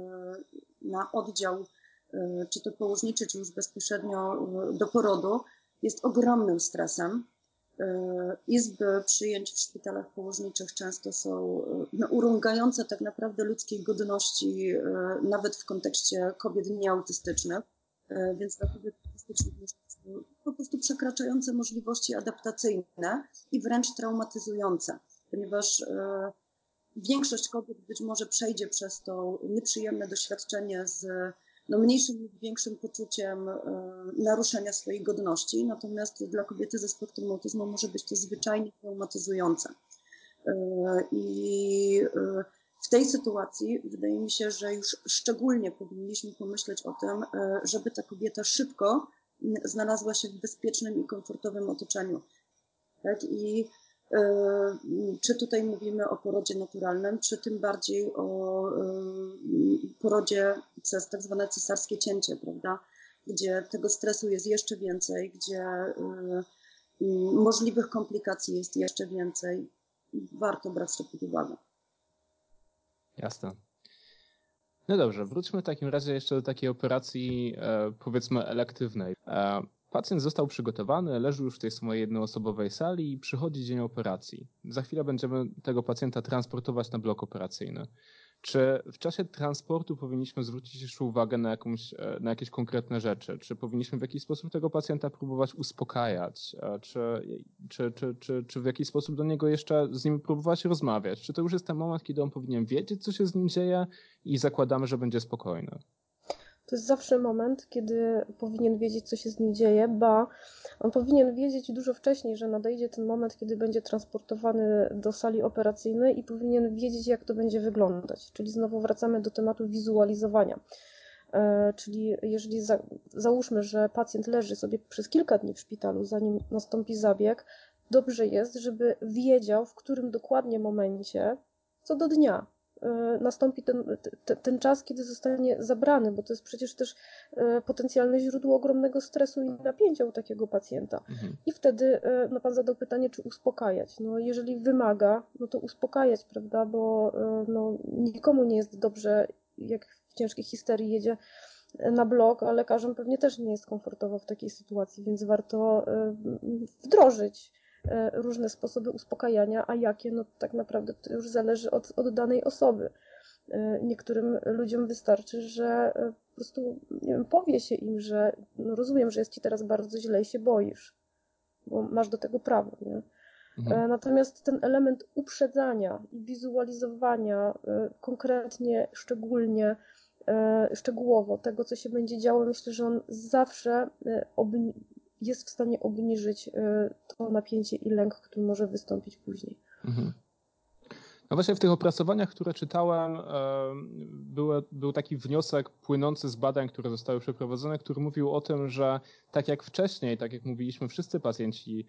na oddział, czy to położniczy, czy już bezpośrednio do porodu, jest ogromnym stresem. Izby przyjęć w szpitalach położniczych często są no, urągające tak naprawdę ludzkiej godności, nawet w kontekście kobiet nieautystycznych, więc dla kobiet autystycznych są po prostu przekraczające możliwości adaptacyjne i wręcz traumatyzujące, ponieważ większość kobiet być może przejdzie przez to nieprzyjemne doświadczenie z no, mniejszym lub większym poczuciem y, naruszenia swojej godności, natomiast dla kobiety ze spektrum autyzmu może być to zwyczajnie traumatyzujące. Y, I y, w tej sytuacji wydaje mi się, że już szczególnie powinniśmy pomyśleć o tym, y, żeby ta kobieta szybko y, znalazła się w bezpiecznym i komfortowym otoczeniu. Tak? I czy tutaj mówimy o porodzie naturalnym, czy tym bardziej o porodzie przez tak zwane cesarskie cięcie, prawda? Gdzie tego stresu jest jeszcze więcej, gdzie możliwych komplikacji jest jeszcze więcej. Warto brać to pod uwagę. Jasne. No dobrze, wróćmy w takim razie jeszcze do takiej operacji powiedzmy elektywnej. Pacjent został przygotowany, leży już w tej swojej jednoosobowej sali i przychodzi dzień operacji. Za chwilę będziemy tego pacjenta transportować na blok operacyjny. Czy w czasie transportu powinniśmy zwrócić jeszcze uwagę na, jakąś, na jakieś konkretne rzeczy? Czy powinniśmy w jakiś sposób tego pacjenta próbować uspokajać? Czy, czy, czy, czy, czy w jakiś sposób do niego jeszcze z nim próbować rozmawiać? Czy to już jest ten moment, kiedy on powinien wiedzieć, co się z nim dzieje i zakładamy, że będzie spokojny? To jest zawsze moment, kiedy powinien wiedzieć, co się z nim dzieje, ba on powinien wiedzieć dużo wcześniej, że nadejdzie ten moment, kiedy będzie transportowany do sali operacyjnej i powinien wiedzieć, jak to będzie wyglądać. Czyli znowu wracamy do tematu wizualizowania. Czyli jeżeli za, załóżmy, że pacjent leży sobie przez kilka dni w szpitalu, zanim nastąpi zabieg, dobrze jest, żeby wiedział, w którym dokładnie momencie, co do dnia, nastąpi ten, ten, ten czas, kiedy zostanie zabrany, bo to jest przecież też potencjalne źródło ogromnego stresu i napięcia u takiego pacjenta. Mhm. I wtedy no, pan zadał pytanie, czy uspokajać. No, jeżeli wymaga, no to uspokajać, prawda, bo no, nikomu nie jest dobrze, jak w ciężkiej histerii jedzie na blok, a lekarzom pewnie też nie jest komfortowo w takiej sytuacji, więc warto wdrożyć różne sposoby uspokajania, a jakie, no tak naprawdę to już zależy od, od danej osoby. Niektórym ludziom wystarczy, że po prostu, nie wiem, powie się im, że no rozumiem, że jest ci teraz bardzo źle i się boisz, bo masz do tego prawo, nie? Mhm. Natomiast ten element uprzedzania i wizualizowania konkretnie, szczególnie, szczegółowo tego, co się będzie działo, myślę, że on zawsze obni- jest w stanie obniżyć to napięcie i lęk, który może wystąpić później. Mhm. No właśnie w tych opracowaniach, które czytałem, był, był taki wniosek płynący z badań, które zostały przeprowadzone, który mówił o tym, że tak jak wcześniej, tak jak mówiliśmy, wszyscy pacjenci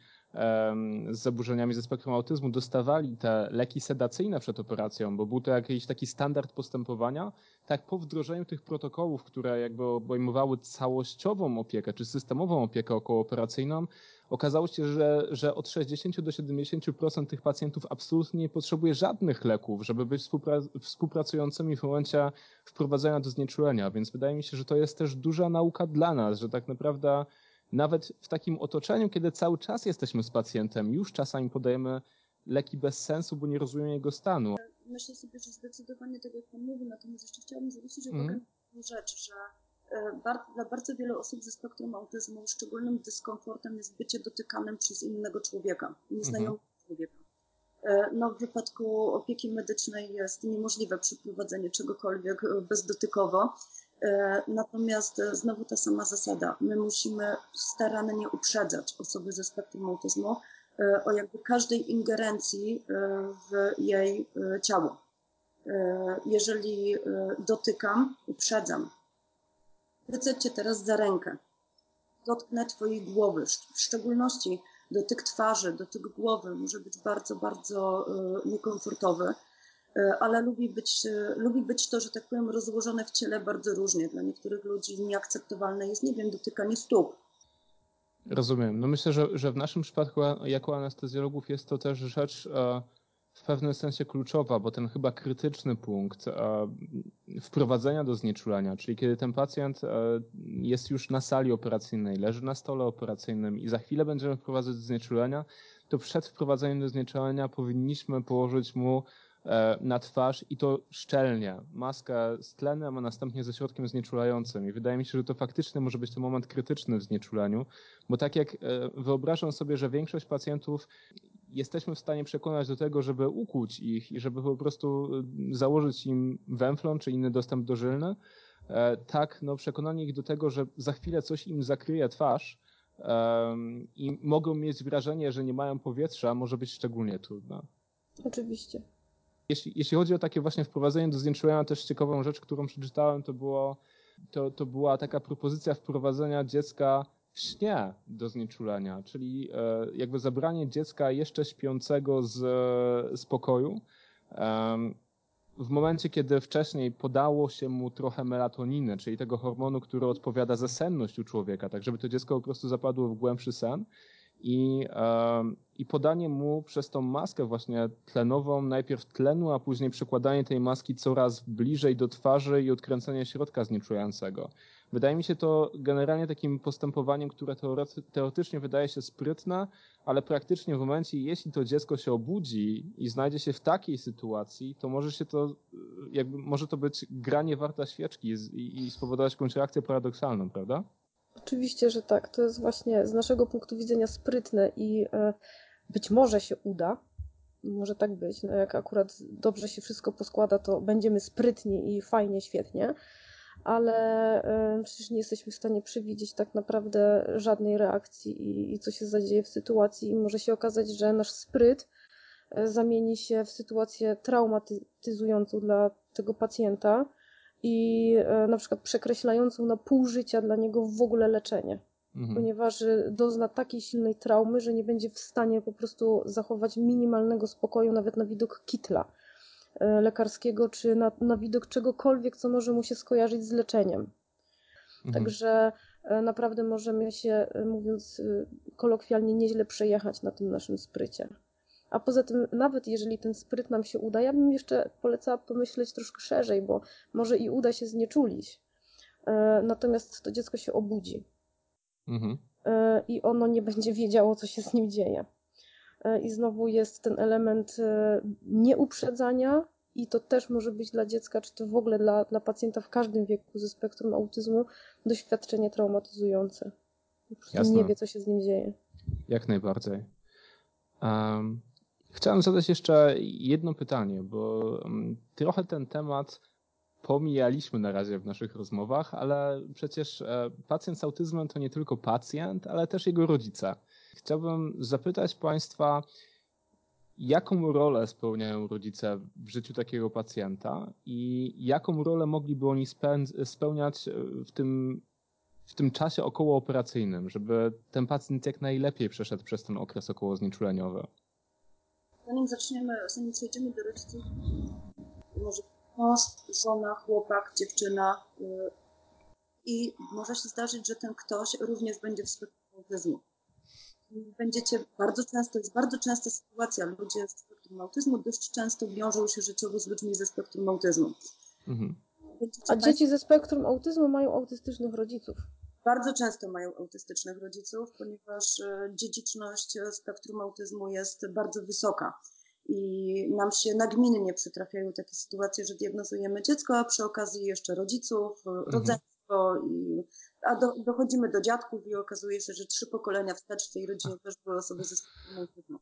z zaburzeniami ze spektrum autyzmu dostawali te leki sedacyjne przed operacją, bo był to jakiś taki standard postępowania, tak po wdrożeniu tych protokołów, które jakby obejmowały całościową opiekę, czy systemową opiekę okołooperacyjną, okazało się, że, że od sześćdziesiąt do siedemdziesięciu procent tych pacjentów absolutnie nie potrzebuje żadnych leków, żeby być współpra- współpracującymi w momencie wprowadzenia do znieczulenia, więc wydaje mi się, że to jest też duża nauka dla nas, że tak naprawdę nawet w takim otoczeniu, kiedy cały czas jesteśmy z pacjentem, już czasami podajemy leki bez sensu, bo nie rozumiemy jego stanu. Myślę sobie, że zdecydowanie tak jak pan mówi, natomiast jeszcze chciałabym zwrócić uwagę mm. na jedną rzecz, że dla bardzo wielu osób ze spektrum autyzmu szczególnym dyskomfortem jest bycie dotykanym przez innego człowieka, nieznajomego mm-hmm. człowieka. No, w wypadku opieki medycznej jest niemożliwe przeprowadzenie czegokolwiek bezdotykowo. Natomiast znowu ta sama zasada. My musimy starannie uprzedzać osoby ze spektrum autyzmu o jakby każdej ingerencji w jej ciało. Jeżeli dotykam, uprzedzam. Chwycę cię teraz za rękę. Dotknę twojej głowy, w szczególności dotyk twarzy, dotyk głowy może być bardzo, bardzo niekomfortowy, ale lubi być, lubi być to, że tak powiem, rozłożone w ciele bardzo różnie. Dla niektórych ludzi nieakceptowalne jest, nie wiem, dotykanie stóp. Rozumiem. No myślę, że, że w naszym przypadku jako anestezjologów jest to też rzecz w pewnym sensie kluczowa, bo ten chyba krytyczny punkt wprowadzenia do znieczulenia, czyli kiedy ten pacjent jest już na sali operacyjnej, leży na stole operacyjnym i za chwilę będziemy wprowadzać do znieczulenia, to przed wprowadzeniem do znieczulenia powinniśmy położyć mu na twarz i to szczelnie, maskę z tlenem, a następnie ze środkiem znieczulającym. I wydaje mi się, że to faktycznie może być ten moment krytyczny w znieczuleniu, bo tak jak wyobrażam sobie, że większość pacjentów jesteśmy w stanie przekonać do tego, żeby ukłuć ich i żeby po prostu założyć im węflon czy inny dostęp dożylny, tak no, przekonanie ich do tego, że za chwilę coś im zakryje twarz um, i mogą mieć wrażenie, że nie mają powietrza, może być szczególnie trudne. Oczywiście. Jeśli, jeśli chodzi o takie właśnie wprowadzenie do znieczulenia, też ciekawą rzecz, którą przeczytałem, to, było, to, to była taka propozycja wprowadzenia dziecka w śnie do znieczulenia, czyli jakby zabranie dziecka jeszcze śpiącego z, z pokoju. W momencie, kiedy wcześniej podało się mu trochę melatoniny, czyli tego hormonu, który odpowiada za senność u człowieka, tak żeby to dziecko po prostu zapadło w głębszy sen. I, i podanie mu przez tą maskę właśnie tlenową najpierw tlenu, a później przykładanie tej maski coraz bliżej do twarzy i odkręcenie środka znieczulającego. Wydaje mi się to generalnie takim postępowaniem, które teoretycznie wydaje się sprytne, ale praktycznie w momencie, jeśli to dziecko się obudzi i znajdzie się w takiej sytuacji, to może się to, jakby, może to być gra nie warta świeczki i, i spowodować jakąś reakcję paradoksalną, prawda? Oczywiście, że tak. To jest właśnie z naszego punktu widzenia sprytne i e, być może się uda. Może tak być. No jak akurat dobrze się wszystko poskłada, to będziemy sprytni i fajnie, świetnie. Ale e, przecież nie jesteśmy w stanie przewidzieć tak naprawdę żadnej reakcji i, i co się zadzieje w sytuacji. I może się okazać, że nasz spryt e, zamieni się w sytuację traumatyzującą dla tego pacjenta. i na przykład przekreślającą na pół życia dla niego w ogóle leczenie. Mhm. Ponieważ dozna takiej silnej traumy, że nie będzie w stanie po prostu zachować minimalnego spokoju nawet na widok kitla lekarskiego, czy na, na widok czegokolwiek, co może mu się skojarzyć z leczeniem. Mhm. Także naprawdę możemy się, mówiąc kolokwialnie, nieźle przejechać na tym naszym sprycie. A poza tym, nawet jeżeli ten spryt nam się uda, ja bym jeszcze polecała pomyśleć troszkę szerzej, bo może i uda się znieczulić. Natomiast to dziecko się obudzi. Mhm. I ono nie będzie wiedziało, co się z nim dzieje. I znowu jest ten element nieuprzedzania i to też może być dla dziecka, czy to w ogóle dla, dla pacjenta w każdym wieku ze spektrum autyzmu doświadczenie traumatyzujące. Po prostu Jasne. Nie wie, co się z nim dzieje. Jak najbardziej. Um, chciałem zadać jeszcze jedno pytanie, bo um, trochę ten temat pomijaliśmy na razie w naszych rozmowach, ale przecież pacjent z autyzmem to nie tylko pacjent, ale też jego rodzice. Chciałbym zapytać Państwa, jaką rolę spełniają rodzice w życiu takiego pacjenta i jaką rolę mogliby oni spełniać w tym, w tym czasie okołooperacyjnym, żeby ten pacjent jak najlepiej przeszedł przez ten okres okołoznieczuleniowy? Zanim zaczniemy, zanim przejdziemy do rodziców, może mąż, żona, chłopak, dziewczyna yy, i może się zdarzyć, że ten ktoś również będzie w spektrum autyzmu. Będziecie bardzo często, jest bardzo częsta sytuacja, ludzie z spektrum autyzmu dość często wiążą się życiowo z ludźmi ze spektrum autyzmu. Mhm. A dzieci ze spektrum autyzmu mają autystycznych rodziców? Bardzo często mają autystycznych rodziców, ponieważ dziedziczność spektrum autyzmu jest bardzo wysoka. I nam się nagminnie przytrafiają takie sytuacje, że diagnozujemy dziecko, a przy okazji jeszcze rodziców, mhm. rodzeństwo, i, a do, dochodzimy do dziadków i okazuje się, że trzy pokolenia wstecz w tej rodzinie też były osoby ze spektrum autyzmu.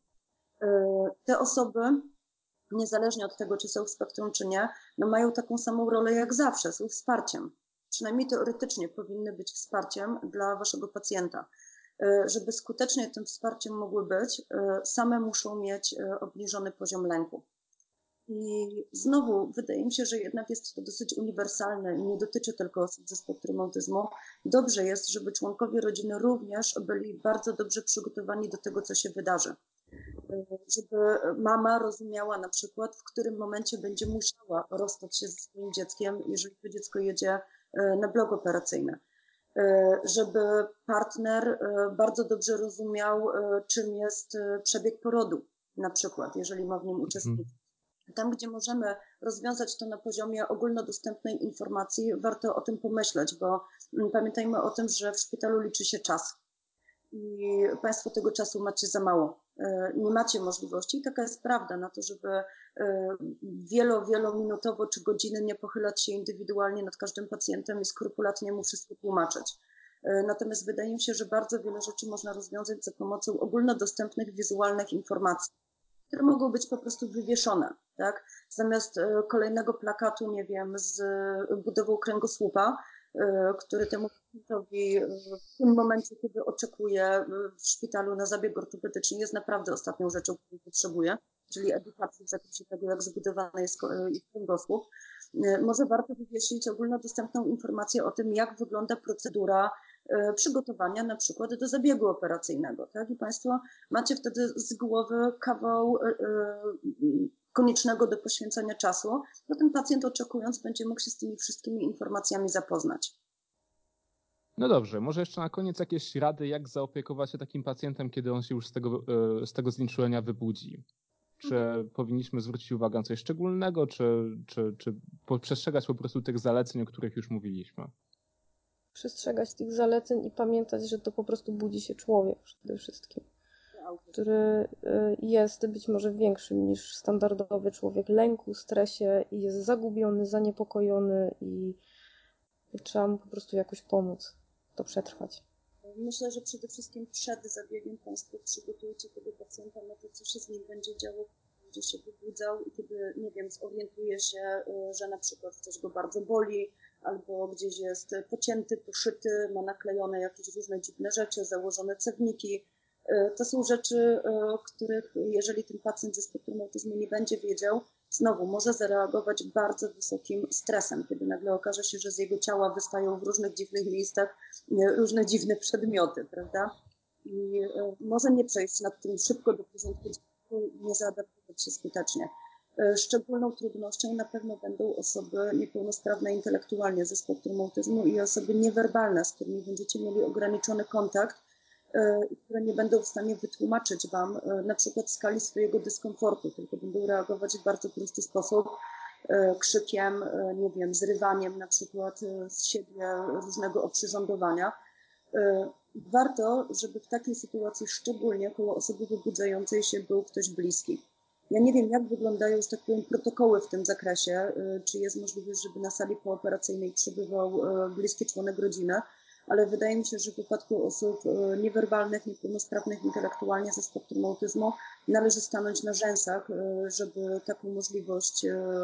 Te osoby, niezależnie od tego, czy są w spektrum, czy nie, no mają taką samą rolę jak zawsze, są wsparciem. Przynajmniej teoretycznie powinny być wsparciem dla waszego pacjenta. Żeby skutecznie tym wsparciem mogły być, same muszą mieć obniżony poziom lęku. I znowu wydaje mi się, że jednak jest to dosyć uniwersalne i nie dotyczy tylko osób ze spektrum autyzmu. Dobrze jest, żeby członkowie rodziny również byli bardzo dobrze przygotowani do tego, co się wydarzy. Żeby mama rozumiała na przykład, w którym momencie będzie musiała rozstać się ze swoim dzieckiem, jeżeli to dziecko jedzie na blok operacyjny. Żeby partner bardzo dobrze rozumiał, czym jest przebieg porodu, na przykład, jeżeli ma w nim uczestniczyć. Tam, gdzie możemy rozwiązać to na poziomie ogólnodostępnej informacji, warto o tym pomyśleć, bo pamiętajmy o tym, że w szpitalu liczy się czas i Państwo tego czasu macie za mało. Nie macie możliwości, i taka jest prawda, na to, żeby wielo, wielominutowo czy godzinnie pochylać się indywidualnie nad każdym pacjentem i skrupulatnie mu wszystko tłumaczyć. Natomiast wydaje mi się, że bardzo wiele rzeczy można rozwiązać za pomocą ogólnodostępnych wizualnych informacji, które mogą być po prostu wywieszone, tak? Zamiast kolejnego plakatu, nie wiem, z budową kręgosłupa, który temu pacjentowi w tym momencie, kiedy oczekuje w szpitalu na zabieg ortopedyczny, jest naprawdę ostatnią rzeczą, której potrzebuje, czyli edukacji w zakresie tego, jak zbudowany jest kręgosłup. Może warto wywiesić ogólnodostępną informację o tym, jak wygląda procedura przygotowania na przykład do zabiegu operacyjnego, tak? I Państwo macie wtedy z głowy kawał koniecznego do poświęcenia czasu, bo ten pacjent, oczekując, będzie mógł się z tymi wszystkimi informacjami zapoznać. No dobrze, może jeszcze na koniec jakieś rady, jak zaopiekować się takim pacjentem, kiedy on się już z tego, z tego znieczulenia wybudzi? Czy powinniśmy zwrócić uwagę na coś szczególnego, czy, czy, czy przestrzegać po prostu tych zaleceń, o których już mówiliśmy? Przestrzegać tych zaleceń i pamiętać, że to po prostu budzi się człowiek przede wszystkim, który jest być może większym niż standardowy człowiek, lęku, stresie i jest zagubiony, zaniepokojony i trzeba mu po prostu jakoś pomóc to przetrwać. Myślę, że przede wszystkim przed zabiegiem Państwo przygotujcie tego pacjenta na to, co się z nim będzie działo, gdzie się wybudzał i kiedy, nie wiem, zorientuje się, że na przykład coś go bardzo boli, albo gdzieś jest pocięty, poszyty, ma naklejone jakieś różne dziwne rzeczy, założone cewniki. To są rzeczy, których jeżeli ten pacjent ze spektrum autyzmu nie będzie wiedział, Znowu może zareagować bardzo wysokim stresem, kiedy nagle okaże się, że z jego ciała wystają w różnych dziwnych miejscach różne dziwne przedmioty, prawda? I może nie przejść nad tym szybko do porządku, nie zaadaptować się skutecznie. Szczególną trudnością na pewno będą osoby niepełnosprawne intelektualnie ze spektrum autyzmu i osoby niewerbalne, z którymi będziecie mieli ograniczony kontakt, które nie będą w stanie wytłumaczyć wam na przykład skali swojego dyskomfortu, tylko będą reagować w bardzo prosty sposób, krzykiem, nie wiem, zrywaniem na przykład z siebie różnego oprzyrządowania. Warto, żeby w takiej sytuacji szczególnie koło osoby wybudzającej się był ktoś bliski. Ja nie wiem, jak wyglądają, że tak powiem, protokoły w tym zakresie, czy jest możliwość, żeby na sali pooperacyjnej przebywał bliski członek rodziny, ale wydaje mi się, że w wypadku osób niewerbalnych, niepełnosprawnych intelektualnie ze spektrum autyzmu należy stanąć na rzęsach, żeby taką możliwość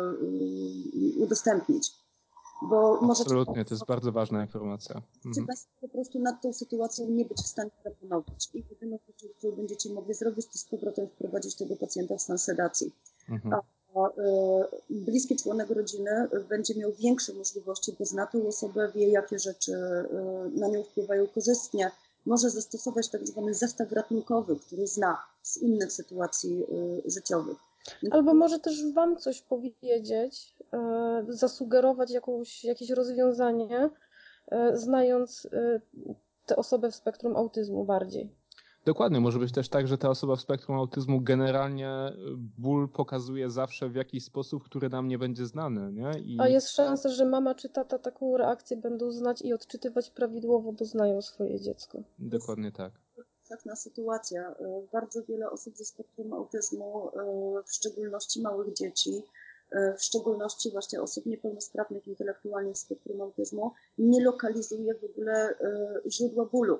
udostępnić. Bo Absolutnie, może to jest bardzo ważna informacja. Czy mhm. po prostu nad tą sytuacją nie być w stanie zapanować. I jedyną rzeczą, którą będziecie mogli zrobić, to z powrotem wprowadzić tego pacjenta w stan sedacji. Mhm. A, a y, bliski członek rodziny będzie miał większe możliwości, bo zna tą osobę, wie, jakie rzeczy y, na nią wpływają korzystnie. Może zastosować tak zwany zestaw ratunkowy, który zna z innych sytuacji y, życiowych. Albo może też wam coś powiedzieć, y, zasugerować jakąś, jakieś rozwiązanie, znając tę osobę w spektrum autyzmu bardziej. Dokładnie, może być też tak, że ta osoba w spektrum autyzmu generalnie ból pokazuje zawsze w jakiś sposób, który nam nie będzie znany, nie? I... A jest szansa, że mama czy tata taką reakcję będą znać i odczytywać prawidłowo, bo znają swoje dziecko. Dokładnie tak. Pewna sytuacja. Bardzo wiele osób ze spektrum autyzmu, w szczególności małych dzieci, w szczególności właśnie osób niepełnosprawnych intelektualnie w spektrum autyzmu, nie lokalizuje w ogóle źródła bólu.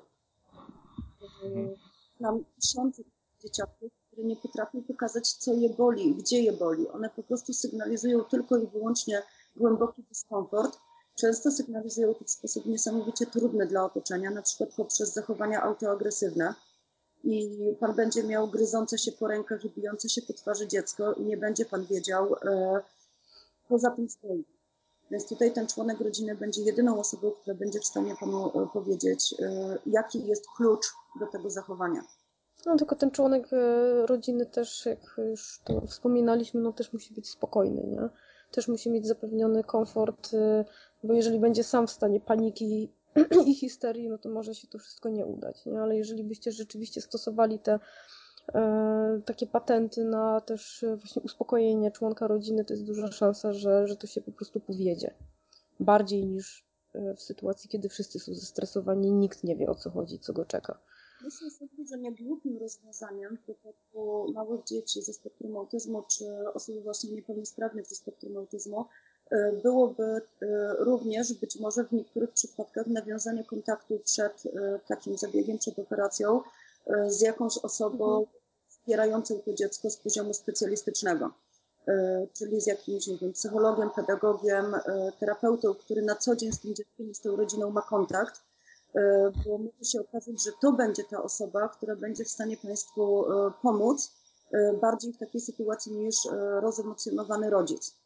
Mhm. Mam tysiące dzieciaków, które nie potrafią pokazać, co je boli, gdzie je boli. One po prostu sygnalizują tylko i wyłącznie głęboki dyskomfort. Często sygnalizują to w sposób niesamowicie trudny dla otoczenia, na przykład poprzez zachowania autoagresywne. I pan będzie miał gryzące się po rękach i bijące się po twarzy dziecko i nie będzie pan wiedział, e, poza tym stoi. Więc tutaj ten członek rodziny będzie jedyną osobą, która będzie w stanie panu powiedzieć, e, jaki jest klucz do tego zachowania. No tylko ten członek rodziny też, jak już to wspominaliśmy, no też musi być spokojny, nie? Też musi mieć zapewniony komfort, bo jeżeli będzie sam w stanie paniki i histerii, no to może się to wszystko nie udać, nie? Ale jeżeli byście rzeczywiście stosowali te e, takie patenty na też właśnie uspokojenie członka rodziny, to jest duża szansa, że, że to się po prostu powiedzie. Bardziej niż w sytuacji, kiedy wszyscy są zestresowani i nikt nie wie, o co chodzi, co go czeka. Myślę sobie, że niegłupim rozwiązaniem w przypadku małych dzieci ze spektrum autyzmu, czy osób właśnie niepełnosprawnych ze spektrum autyzmu, byłoby również być może w niektórych przypadkach nawiązanie kontaktu przed takim zabiegiem, przed operacją z jakąś osobą wspierającą to dziecko z poziomu specjalistycznego, czyli z jakimś, nie wiem, psychologiem, pedagogiem, terapeutą, który na co dzień z tym dzieckiem i z tą rodziną ma kontakt, bo może się okazać, że to będzie ta osoba, która będzie w stanie Państwu pomóc bardziej w takiej sytuacji niż rozemocjonowany rodzic.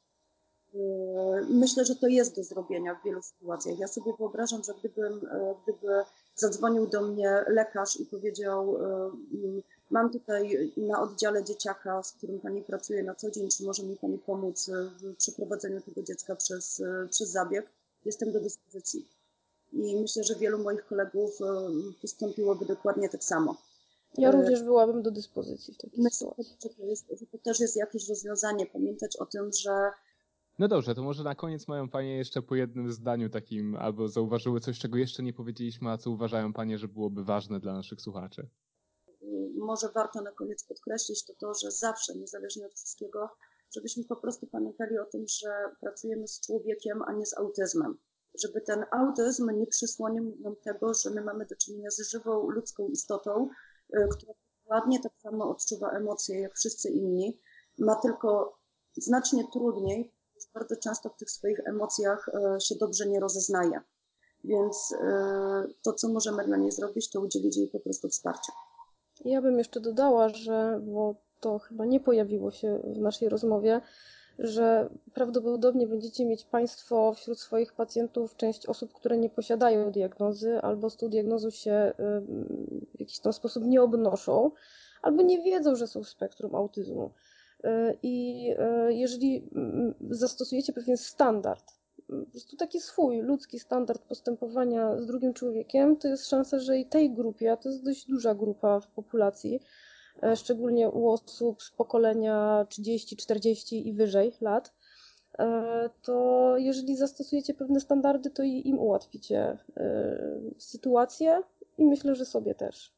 Myślę, że to jest do zrobienia w wielu sytuacjach. Ja sobie wyobrażam, że gdybym, gdyby zadzwonił do mnie lekarz i powiedział, mam tutaj na oddziale dzieciaka, z którym Pani pracuje na co dzień, czy może mi Pani pomóc w przeprowadzeniu tego dziecka przez, przez zabieg, jestem do dyspozycji. I myślę, że wielu moich kolegów postąpiłoby dokładnie tak samo. Ja również byłabym do dyspozycji w takiej myślę, sytuacji. Że to, jest, że to też jest jakieś rozwiązanie. Pamiętać o tym, że... No dobrze, to może na koniec mają Panie jeszcze po jednym zdaniu takim, albo zauważyły coś, czego jeszcze nie powiedzieliśmy, a co uważają Panie, że byłoby ważne dla naszych słuchaczy. Może warto na koniec podkreślić to to, że zawsze, niezależnie od wszystkiego, żebyśmy po prostu pamiętali o tym, że pracujemy z człowiekiem, a nie z autyzmem. Żeby ten autyzm nie przysłonił nam tego, że my mamy do czynienia z żywą ludzką istotą, która dokładnie tak samo odczuwa emocje jak wszyscy inni, ma tylko znacznie trudniej, już bardzo często w tych swoich emocjach się dobrze nie rozeznaje. Więc to, co możemy dla niej zrobić, to udzielić jej po prostu wsparcia. Ja bym jeszcze dodała, że, bo to chyba nie pojawiło się w naszej rozmowie, że prawdopodobnie będziecie mieć Państwo wśród swoich pacjentów część osób, które nie posiadają diagnozy albo z tą diagnozą się w jakiś tam sposób nie obnoszą, albo nie wiedzą, że są w spektrum autyzmu. I jeżeli zastosujecie pewien standard, po prostu taki swój ludzki standard postępowania z drugim człowiekiem, to jest szansa, że i tej grupie, a to jest dość duża grupa w populacji, szczególnie u osób z pokolenia trzydzieści, czterdzieści i wyżej lat, to jeżeli zastosujecie pewne standardy, to i im ułatwicie sytuację i myślę, że sobie też.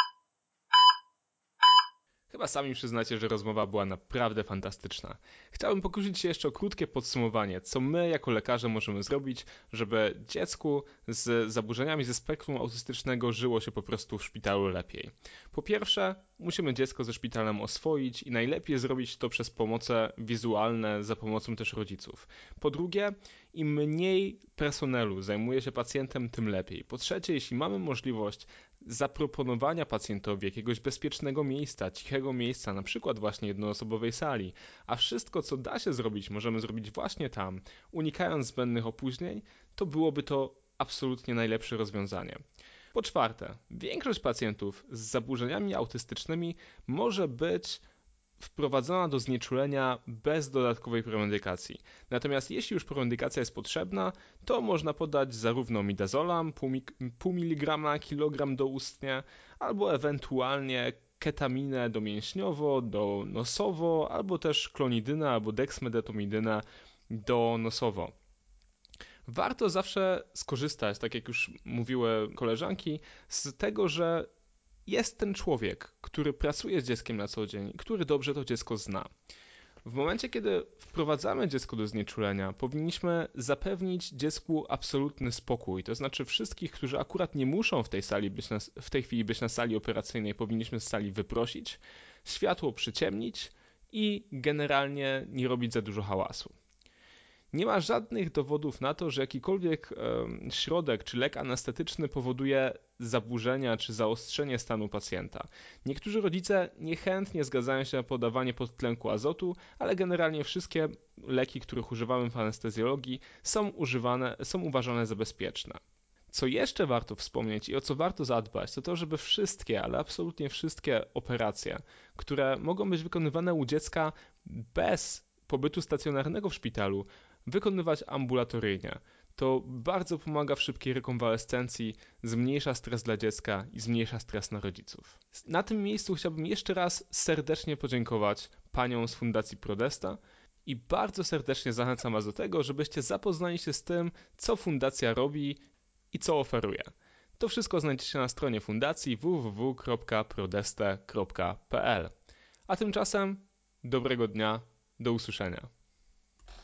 Chyba sami przyznacie, że rozmowa była naprawdę fantastyczna. Chciałbym pokusić się jeszcze o krótkie podsumowanie, co my jako lekarze możemy zrobić, żeby dziecku z zaburzeniami ze spektrum autystycznego żyło się po prostu w szpitalu lepiej. Po pierwsze, musimy dziecko ze szpitalem oswoić i najlepiej zrobić to przez pomoce wizualne, za pomocą też rodziców. Po drugie, im mniej personelu zajmuje się pacjentem, tym lepiej. Po trzecie, jeśli mamy możliwość zaproponowania pacjentowi jakiegoś bezpiecznego miejsca, cichego miejsca, na przykład właśnie jednoosobowej sali, a wszystko, co da się zrobić, możemy zrobić właśnie tam, unikając zbędnych opóźnień, to byłoby to absolutnie najlepsze rozwiązanie. Po czwarte, większość pacjentów z zaburzeniami autystycznymi może być wprowadzona do znieczulenia bez dodatkowej premedykacji. Natomiast jeśli już premedykacja jest potrzebna, to można podać zarówno midazolam, pół miligrama na kilogram doustnie, albo ewentualnie ketaminę domięśniowo, donosowo, albo też klonidynę albo dexmedetomidynę donosowo. Warto zawsze skorzystać, tak jak już mówiły koleżanki, z tego, że jest ten człowiek, który pracuje z dzieckiem na co dzień, który dobrze to dziecko zna. W momencie, kiedy wprowadzamy dziecko do znieczulenia, powinniśmy zapewnić dziecku absolutny spokój. To znaczy wszystkich, którzy akurat nie muszą w tej, sali być na, w tej chwili być na sali operacyjnej, powinniśmy z sali wyprosić, światło przyciemnić i generalnie nie robić za dużo hałasu. Nie ma żadnych dowodów na to, że jakikolwiek e, środek czy lek anestetyczny powoduje zaburzenia czy zaostrzenie stanu pacjenta. Niektórzy rodzice niechętnie zgadzają się na podawanie podtlenku azotu, ale generalnie wszystkie leki, których używamy w anestezjologii, są, używane, są uważane za bezpieczne. Co jeszcze warto wspomnieć i o co warto zadbać, to to, żeby wszystkie, ale absolutnie wszystkie operacje, które mogą być wykonywane u dziecka bez pobytu stacjonarnego w szpitalu, wykonywać ambulatoryjnie. To bardzo pomaga w szybkiej rekonwalescencji, zmniejsza stres dla dziecka i zmniejsza stres na rodziców. Na tym miejscu chciałbym jeszcze raz serdecznie podziękować paniom z Fundacji Prodesta i bardzo serdecznie zachęcam was do tego, żebyście zapoznali się z tym, co fundacja robi i co oferuje. To wszystko znajdziecie na stronie fundacji w w w kropka prodeste kropka p l. A tymczasem dobrego dnia, do usłyszenia.